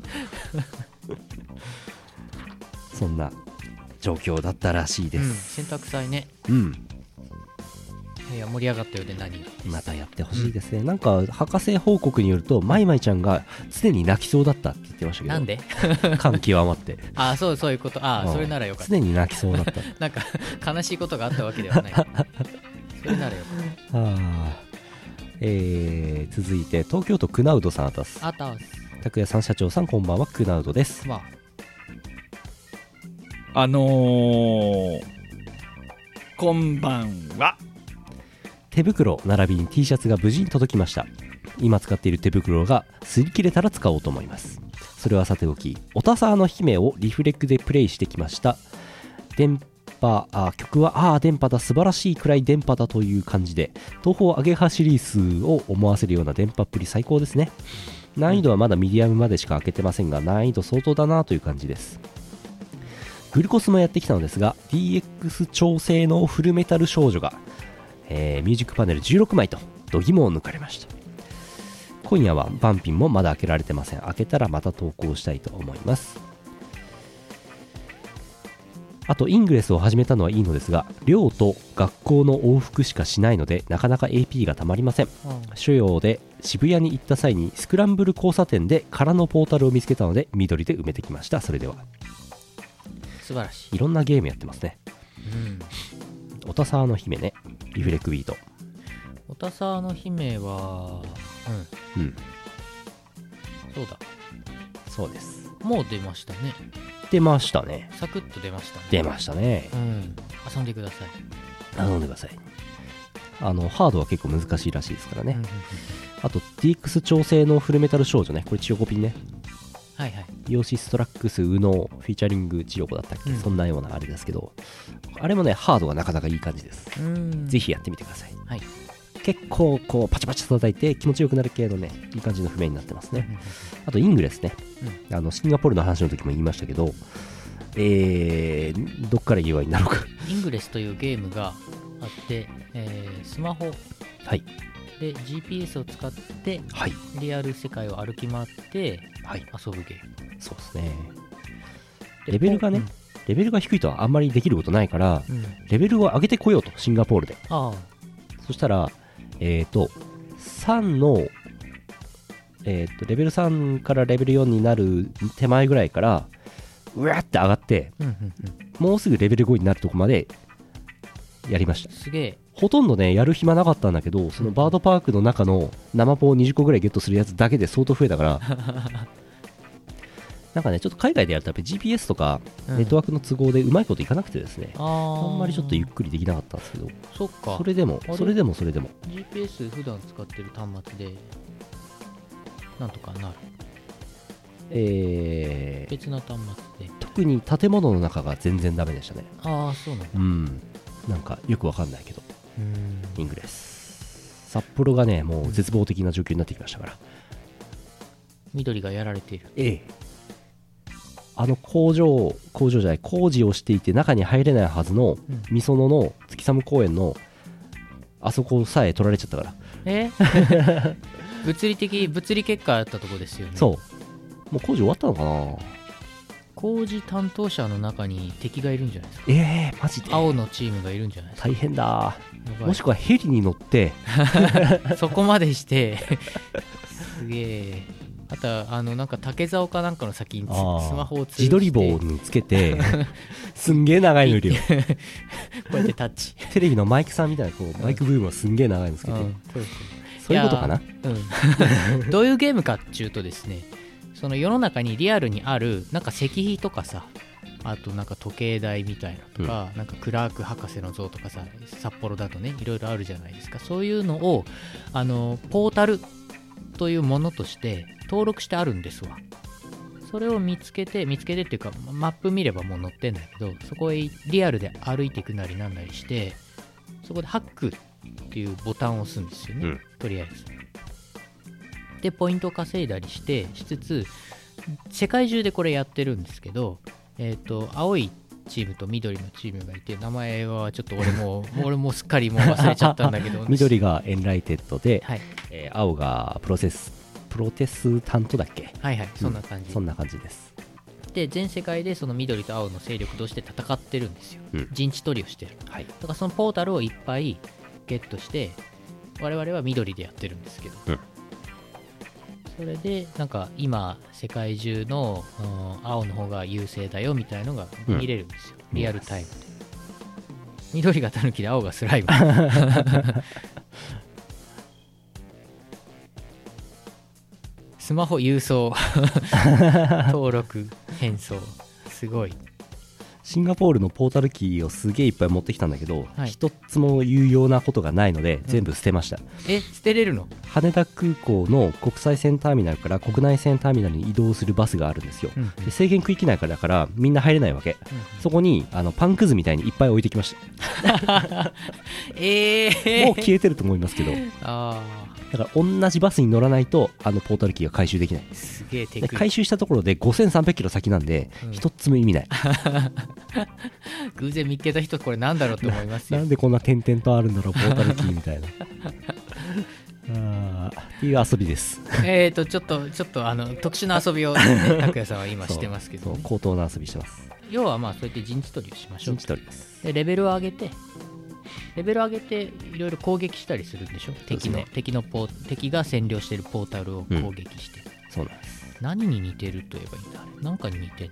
そんな状況だったらしいです、 うん、選択祭ね。 うんいや盛り上がったようで何またやってほしいですね、うん、なんか博士報告によるとマイマイちゃんが常に泣きそうだったって言ってましたけど、 なんで感極まってああそうそういうこと。ああそれならよかった。 常に泣きそうだったなんか悲しいことがあったわけではないそれならよかった。 あ、えー、続いて東京都クナウドさんあたすあたす。 拓也さん社長さんこんばんは。クナウドです。 まああのー、こんばんは。 手袋並びに T シャツが無事に届きました。今使っている手袋が擦り切れたら使おうと思います。それはさておき、オタサーの姫をリフレクでプレイしてきました。電波あ曲はああ電波だ、素晴らしいくらい電波だという感じで、東方アゲハシリーズを思わせるような電波っぷり最高ですね。難易度はまだミディアムまでしか開けてませんが、難易度相当だなという感じです。グルコスもやってきたのですが、 ディーエックス 調整のフルメタル少女がえー、ミュージックパネルじゅうろくまいと度肝を抜かれました。今夜はバンピンもまだ開けられてません。開けたらまた投稿したいと思います。あとイングレスを始めたのはいいのですが、寮と学校の往復しかしないのでなかなか エーピー がたまりません。所要で渋谷に行った際にスクランブル交差点で空のポータルを見つけたので緑で埋めてきました。それでは素晴らしい。 いろんなゲームやってますね。 うんオタサーの姫ね、リフレクビート。 オタサーの姫はうん、うん、そうだそうです。 もう出ましたね。 出ましたね。 サクッと出ましたね。 出ましたね。 うん、遊んでください。 遊んでください。あのハードは結構難しいらしいですからね、うんうんうん、あと ディーエックス 調整のフルメタル少女ね、これ千代子ピンね。 はいはい。 イオシストラックスウノフィーチャリング千代子だったっけ、うん、そんなようなあれですけど、あれもねハードがなかなかいい感じです。うんぜひやってみてください。はい、結構こうパチパチと叩いて気持ちよくなる系のねいい感じの譜面になってますね、うん、あとイングレスね、うん、あのシンガポールの話の時も言いましたけど、えー、どっから言えばいいんだろうかイングレスというゲームがあって、えー、スマホはいで ジーピーエス を使って、はい、リアル世界を歩き回って、はい、遊ぶゲーム。 そうですね。レベルがね、 レベルが低いとあんまりできることないから、 うん、 レベルを上げてこようと、シンガポールで。 ああ、 そしたらえっ、ー、とさんのえー、とレベルさんからレベルよんになる手前ぐらいからうわーって上がって、 うんうんうん、 もうすぐレベルごになるとこまでやりました。 すげえ。 ほとんどねやる暇なかったんだけど、そのバードパークの中の生ポをにじゅっこぐらいゲットするやつだけで相当増えたからなんかねちょっと海外でやるとやっぱり ジーピーエス とかネットワークの都合でうまいこといかなくてですね、うん、あ, あんまりちょっとゆっくりできなかったんですけど、 そっか、 それでもそれでもそれでもジーピーエス 普段使ってる端末でなんとかなる、 えー、 別の端末で。 特に建物の中が全然ダメでしたね。 ああ、そうなんだ。 うん、なんかよくわかんないけど、 うーん、 イングレス札幌がねもう絶望的な状況になってきましたから、 緑がやられている。 ええ、あの工場工場じゃない工事をしていて中に入れないはずのみそのの月寒公園のあそこさえ取られちゃったから。 え物理的物理結果あったとこですよね。 そう、もう工事終わったのかな。 工事担当者の中に敵がいるんじゃないですか。 ええー、マジで青のチームがいるんじゃないですか。 大変だ。もしくはヘリに乗ってそこまでしてすげえ。あとはあのなんか竹竿かなんかの先にスマホをつ自撮り棒につけてすんげえ長いのいるよこうやってタッチテレビのマイクさんみたいなこうマイクブームはすんげえ長いのつけて、うん、そうそう、そういうことかな。 うん、どういうゲームかっていうとですね、その世の中にリアルにあるなんか石碑とかさ、あとなんか時計台みたいなとか、うん、なんかクラーク博士の像とかさ、札幌だとねいろいろあるじゃないですか。そういうのをあのポータルというものとして登録してあるんですわ。それを見つけて見つけてっていうかマップ見ればもう載ってんだけど、そこへリアルで歩いていくなりなんなりして、そこでハックっていうボタンを押すんですよね、うん、とりあえず。でポイントを稼いだりしてしつつ、世界中でこれやってるんですけど、えっと青いチームと緑のチームがいて、名前はちょっと俺も俺もすっかりもう忘れちゃったんだけど緑がエンライテッドで、 はい、 えー、青がプロセスプロテスタントだっけ。 はいはい、そんな感じ、 うん、そんな感じです。 で全世界でその緑と青の勢力同士で戦ってるんですよ、うん、陣地取りをしてる、はい、だからそのポータルをいっぱいゲットして我々は緑でやってるんですけど、うん、それでなんか今世界中の、うん、青の方が優勢だよみたいのが見れるんですよ、うん、リアルタイムで。緑がタヌキで青がスライムスマホ郵送登録変装すごい。 シンガポールのポータルキーをすげえいっぱい持ってきたんだけど、 はい、 一つも有用なことがないので全部捨てました、うん、 え捨てれるの？ 羽田空港の国際線ターミナルから国内線ターミナルに移動するバスがあるんですよ、うんうん、で制限区域内からだからみんな入れないわけ、うんうん、そこにあのパンくずみたいにいっぱい置いてきましたえー、 もう消えてると思いますけどあだから同じバスに乗らないとあのポータルキーが回収できない。 すげえテクニック。 回収したところでごせんさんびゃくキロ先なんで一、うん、つも意味ない偶然見つけた人これなんだろうって思いますよ。 な, なんでこんな点々とあるんだろうポータルキーみたいなあっていう遊びです。 えーとちょっとちょっとあの特殊な遊びを、ね、拓也さんは今してますけど、ね、 そう高等な遊びしてます。 要はまあそうやって陣地取りをしましょう。 陣地取りです。 でレベルを上げてレベル上げていろいろ攻撃したりするんでしょ。敵の、ね、敵のポ敵が占領しているポータルを攻撃して、うん、 そうなんです。 何に似てると言えばいいんだ。あれなんかに似てんだよ。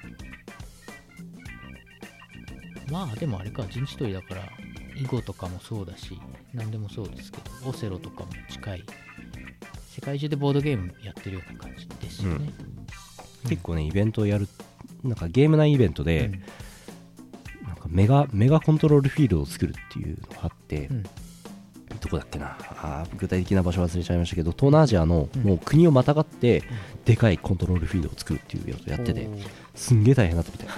まあでもあれか、陣地取りだから囲碁とかもそうだし何でもそうですけど、オセロとかも近い、世界中でボードゲームやってるような感じですよね、 うん、結構ねイベントをやる、なんかゲーム内イベントで、うん、なんかメガメガコントロールフィールドを作るっていうのがあって、うん、どこだっけなあ、具体的な場所忘れちゃいましたけど、東南アジアのもう国をまたがって、うん、でかいコントロールフィールドを作るっていうやつをやってて、すんげえ大変だったみたい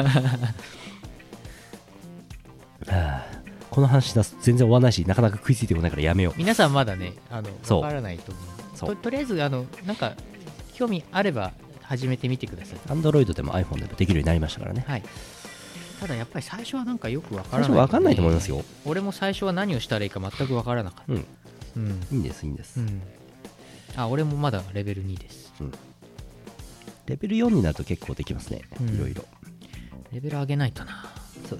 はあ、この話出すと全然終わらないし、なかなか食いついてこないからやめよう。 皆さんまだね、あの分からないと思う。 と, とりあえずあのなんか興味あれば始めてみてください。 Android でも iPhone でもできるようになりましたからね、 はい、ただやっぱり最初はなんかよく分からない、ね、 最初分かんないと思いますよ。 俺も最初は何をしたらいいか全く分からなかった、うんうん、いいんですいいんです、うん、 あ、俺もまだレベルにです、うん、 レベルよんになると結構できますね、いろいろ。 レベル上げないとな。 そうです。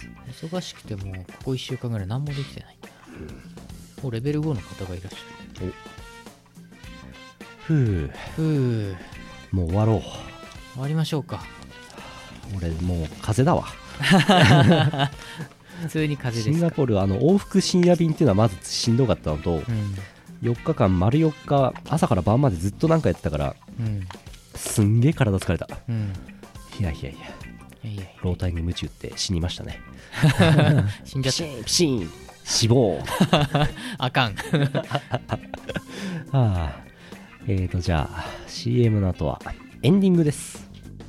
忙しくてもうここいっしゅうかんぐらい何もできてないんだよ、うん、おレベルごの方がいらっしゃる。 おふうふうもう終わろう。 終わりましょうか。 俺もう風邪だわ普通に風邪ですか。 シンガポールあの往復深夜便っていうのはまずしんどかったのと、うん、よっかかん丸よっか朝から晩までずっとなんかやってたから、うん、すんげえ体疲れた、うん、いやいやいや老体に鞭打って死にましたね死んじゃった。 ピシンピシン死亡あかんはあ、えーとじゃあ シーエム の後はエンディングです。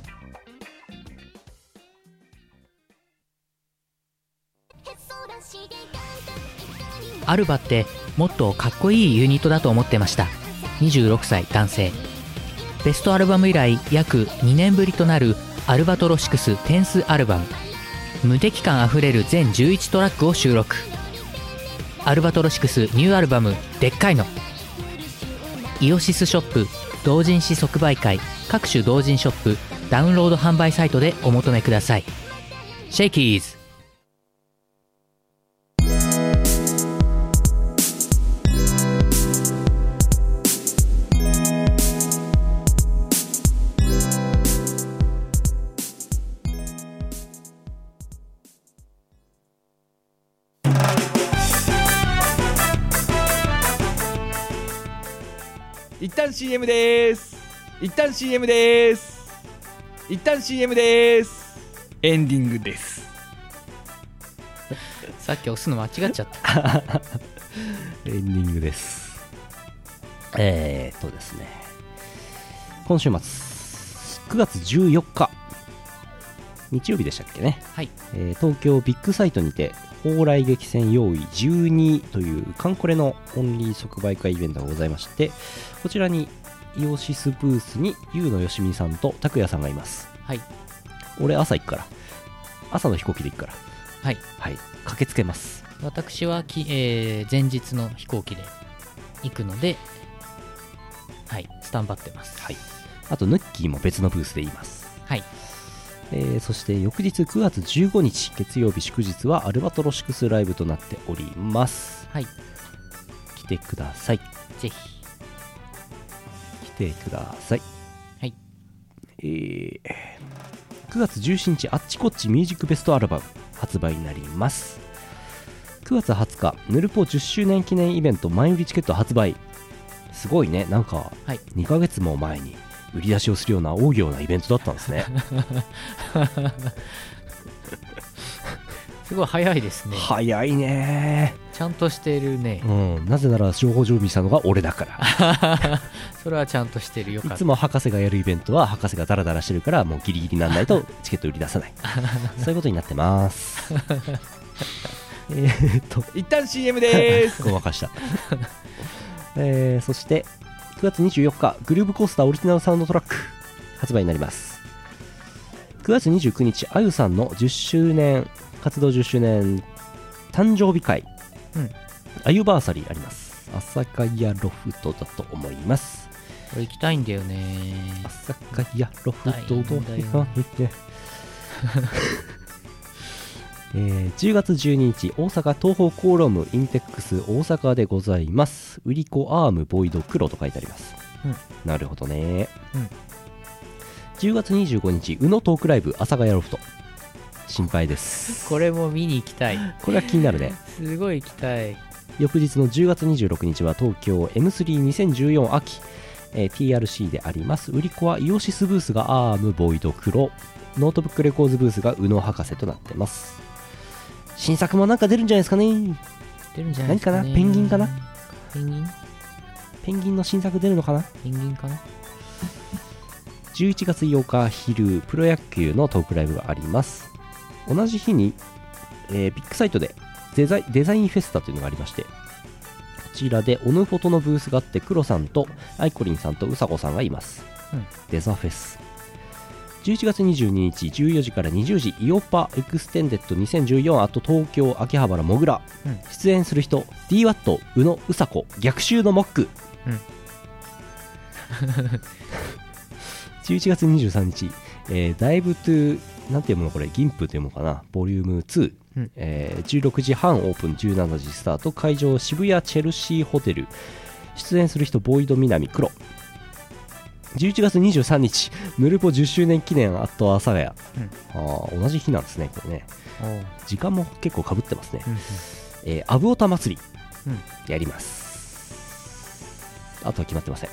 アルバってもっとかっこいいユニットだと思ってました。にじゅうろくさい男性。ベストアルバム以来約にねんぶりとなるアルバトロシクステンスアルバム。無敵感あふれる全じゅういちトラックを収録。アルバトロシクスニューアルバムでっかいの。イオシスショップ同人誌即売会各種同人ショップダウンロード販売サイトでお求めください。シェイキーズ。 一旦 シーエム でーす。一旦 シーエム でーす。一旦 シーエム でーす。エンディングです。 さっき押すの間違っちゃったエンディングです。えーっとですね今週末くがつじゅうよっか日曜日でしたっけね、 はいえー、東京ビッグサイトにて蓬莱激戦用意じゅうにというカンコレのオンリー即売会イベントがございまして、こちらにイオシスブースにユウのよしみさんと拓也さんがいます。 はい。 俺朝行くから朝の飛行機で行くからはいはい駆けつけます。 私はき、えー、前日の飛行機で行くので、はいスタンバってます。 はい。あとヌッキーも別のブースでいます。 はい。 えー、そして翌日くがつじゅうごにち月曜日祝日はアルバトロシクスライブとなっております。 はい。 来てください。 ぜひ来てください。 はい。 えー、くがつじゅうしちにちあっちこっちミュージックベストアルバム発売になります。くがつはつかヌルポじゅっしゅうねん記念イベント前売りチケット発売。すごいね、なんかにかげつも前に売り出しをするような大行なイベントだったんですねすごい早いですね。 早いね。 ちゃんとしてるね。 うん、なぜなら情報常備したのが俺だからそれはちゃんとしてるよかった。 いつも博士がやるイベントは博士がダラダラしてるからもうギリギリにならないとチケット売り出さないそういうことになってますえーっと一旦 シーエム でーすごまかしたえー、そしてくがつにじゅうよっかグルーブコースターオリジナルサウンドトラック発売になります。くがつにじゅうくにちあゆさんのじゅっしゅうねん活動じゅっしゅうねん誕生日会、うん、アユバーサリーあります。阿佐ヶ谷ロフトだと思います。 これ行きたいんだよね。 阿佐ヶ谷ロフトどこにてえー、じゅうがつじゅうににち大阪東宝コーロームインテックス大阪でございます。売り子アームボイド黒と書いてあります、うん、なるほどね、うん、じゅうがつにじゅうごにち宇野トークライブ阿佐ヶ谷ロフト心配ですこれも見に行きたい。 これは気になるねすごい行きたい。 翌日のじゅうがつにじゅうろくにちは東京 エムスリーにせんじゅうよん 秋、えー、ティーアールシー であります。売り子はイオシスブースがアームボイド黒、ノートブックレコーズブースが宇野博士となってます。新作もなんか出るんじゃないですかね。 出るんじゃないですかね。 何かな、ペンギンかな。 ペンギンペンギンの新作出るのかな。 ペンギンかな。 じゅういちがつようか昼プロ野球のトークライブがあります。同じ日に、えー、ビッグサイトでデザイ、デザインフェスタというのがありまして、こちらでオヌフォトのブースがあってクロさんとアイコリンさんとうさこさんがいます、うん、デザフェス。じゅういちがつにじゅうににちじゅうよじからにじゅうじイオパエクステンデッドにせんじゅうよんあと東京秋葉原もぐら、うん、出演する人 ディーワット 宇野うさこ逆襲のモック、うん、じゅういちがつにじゅうさんにち、えー、ダイブトゥなんていうものこれ、銀プというものかな、ボリュームツー、 うんえーじゅうろくじはんオープン、じゅうしちじスタート、会場渋谷チェルシーホテル、出演する人ボイド南黒、じゅういちがつにじゅうさんにちヌルポじゅっしゅうねん記念アット阿佐ヶ谷、 うんあー同じ日なんですねこれね。 おう時間も結構かぶってますね、 うんうんえー、アブオタ祭りうんやります。あとは決まってません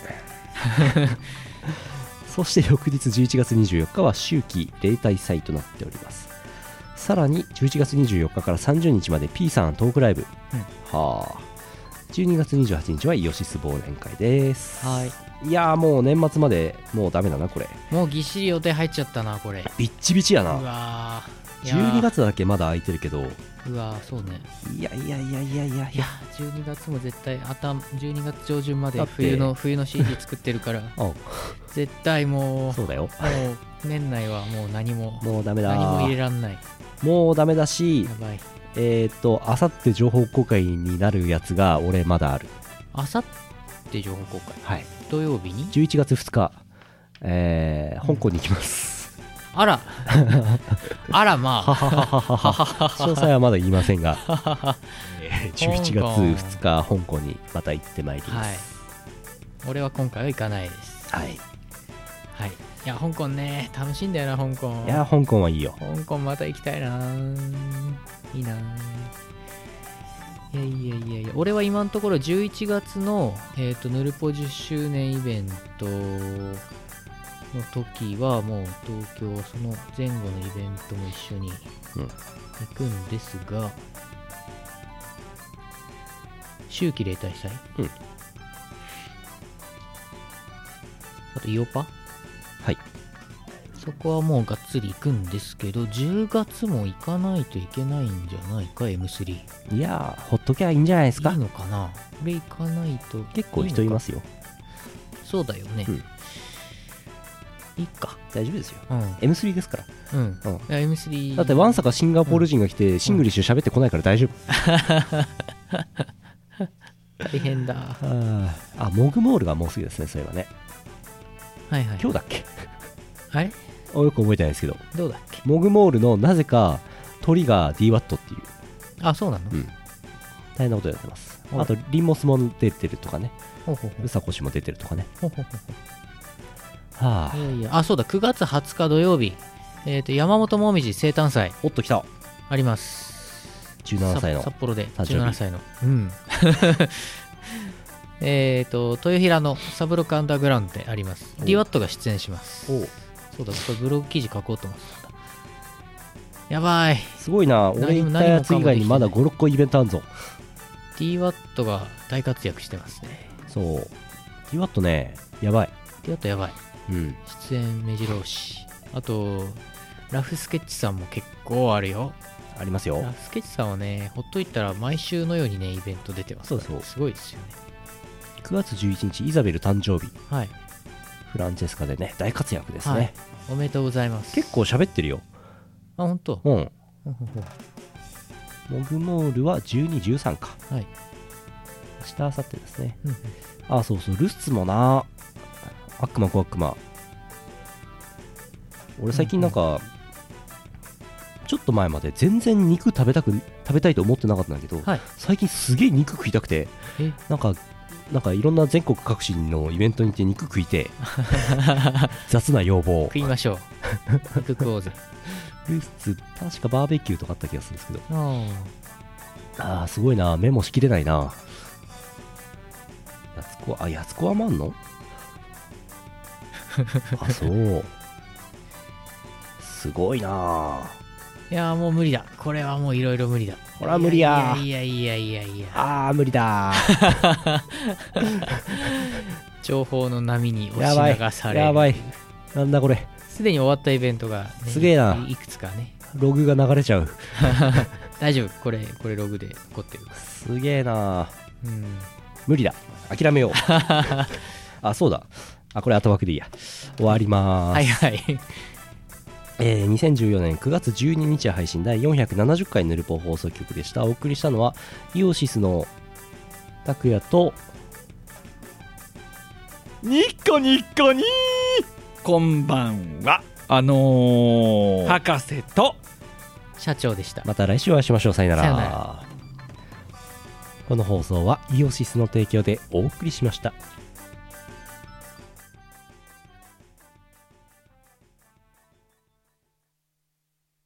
そして翌日じゅういちがつにじゅうよっかは秋季例大祭となっております。さらにじゅういちがつにじゅうよっかからさんじゅうにちまで P さんトークライブ、 うんはあじゅうにがつにじゅうはちにちはイオシス忘年会です。 はいいやーもう年末までもうダメだなこれ。 もうぎっしり予定入っちゃったなこれ。 ビッチビチやうな。 わーいじゅやーうにがつだけまだ空いてるけど、 うわーそうね。 いやいやいやいやいやいいややじゅうにがつも絶対頭じゅうにがつ上旬までだって冬の冬の シーディー 作ってるからあ絶対もうそうだよ。 もう年内はもう何ももうダメだ何も入れらんない。 もうダメだしや、ばい。 えーっとあさって情報公開になるやつが俺まだある。 あさって情報公開はい、 土曜日にじゅういちがつふつか、えー香港に行きますあらあらまはあははははは詳細はまだ言いませんが、えーじゅういちがつふつか香港にまた行ってまいりまはいす。 俺は今回は行かないです。 はい、 はい。いや香港ね楽しいんだよな香港。 いや香港はいいよ。 香港また行きたいないいないやいやいやいや俺は今のところじゅういちがつの、えー、とヌルポじゅっしゅうねんイベントの時はもう東京その前後のイベントも一緒にうん行くんですが、秋季例大祭、 うんあとイオパ、 はい、 そこはもうがっつり行くんですけどじゅうがつも行かないといけないんじゃないか エムスリー。 いやーほっときゃいいんじゃないですか。 いいのかな俺行かないと。 結構人いますすよ。 そうだよね、 うんいいか。 大丈夫ですよ。 うんエムスリー ですから。 うんうんいや エムスリーだってワンサかシンガポール人が来てシングリッシュ喋ってこないから大丈夫。 大変だ。はあーあモグモールがもうすぐですね。そういえばねいはい今日だっけあれよく覚えてないですけど、 どうだっけ。 モグモールのなぜか鳥が ディーワット っていうあそうなの、 うん大変なことやってます。 おあとリンモスも出てるとかね、 ほうほうほうウサコシも出てるとかね。 ほうほうほうはあいやいやあそうだくがつはつか土曜日えっ、と山本もみじ生誕祭おっと来た。 あります。 じゅうななさいの札幌で誕生日じゅうななさいのうんえっと豊平のサブロックアンダーグラウンドであります。 おディーワット が出演します。 おそうだこれブログ記事書こうと思ってたんだ。やばい。 すごいな。俺行ったやつ以外にまだごろっこイベントあるぞ。 ディーワット が大活躍してますね。 そう ディーワット ねやばい。 ディーワット やばい。 うん出演目白押し。あとラフスケッチさんも結構あるよ。 ありますよ。 ラフスケッチさんはねほっといたら毎週のようにねイベント出てますから。 そうそうすごいですよね。 くがつじゅういちにちイザベル誕生日、 はいフランチェスカでね大活躍ですね、 はいおめでとうございます。 結構喋ってるよ。 あ本当。 うんほうほうほうモグモールはじゅうに、じゅうさんか。 はい明日明後日ですね。 うんうんあそうそうルスツもな。悪魔小悪魔。俺最近なんか、ちょっと前まで全然肉食べたく食べたいと思ってなかったんだけど、 はい最近すげえ肉食いたくて、 えなんかなんかいろんな全国各地のイベントに行って肉食いて雑な要望。 食いましょう肉食おうぜ。 ルスツ確かバーベキューとかあった気がするんですけど、 ああーすごいな。メモしきれないな。やつこあやつこはまんのあそうすごいな。 ーいやーもう無理だ。これはもういろいろ無理だ。 これは無理やいやいやいやいやいや。 あー無理だ。 情報の波にやばい押し流される。 やばい。なんだこれ。 すでに終わったイベントが、ね、 すげえないいくつかね。 ログが流れちゃう。 大丈夫。これこれログで残ってるから。 すげえな。 うん。 無理だ。諦めよう。あそうだ。あこれ後枠でいいや。終わりまーす。 はいはい。 えーにせんじゅうよねんくがつじゅうににち配信だいよんひゃくななじゅっかいヌルポ放送局でした。お送りしたのはイオシスの拓也とニッコニッコニーこんばんはあのー、博士と社長でした。 また来週お会いしましょう。さよなら。 さよなら。 この放送はイオシスの提供でお送りしました。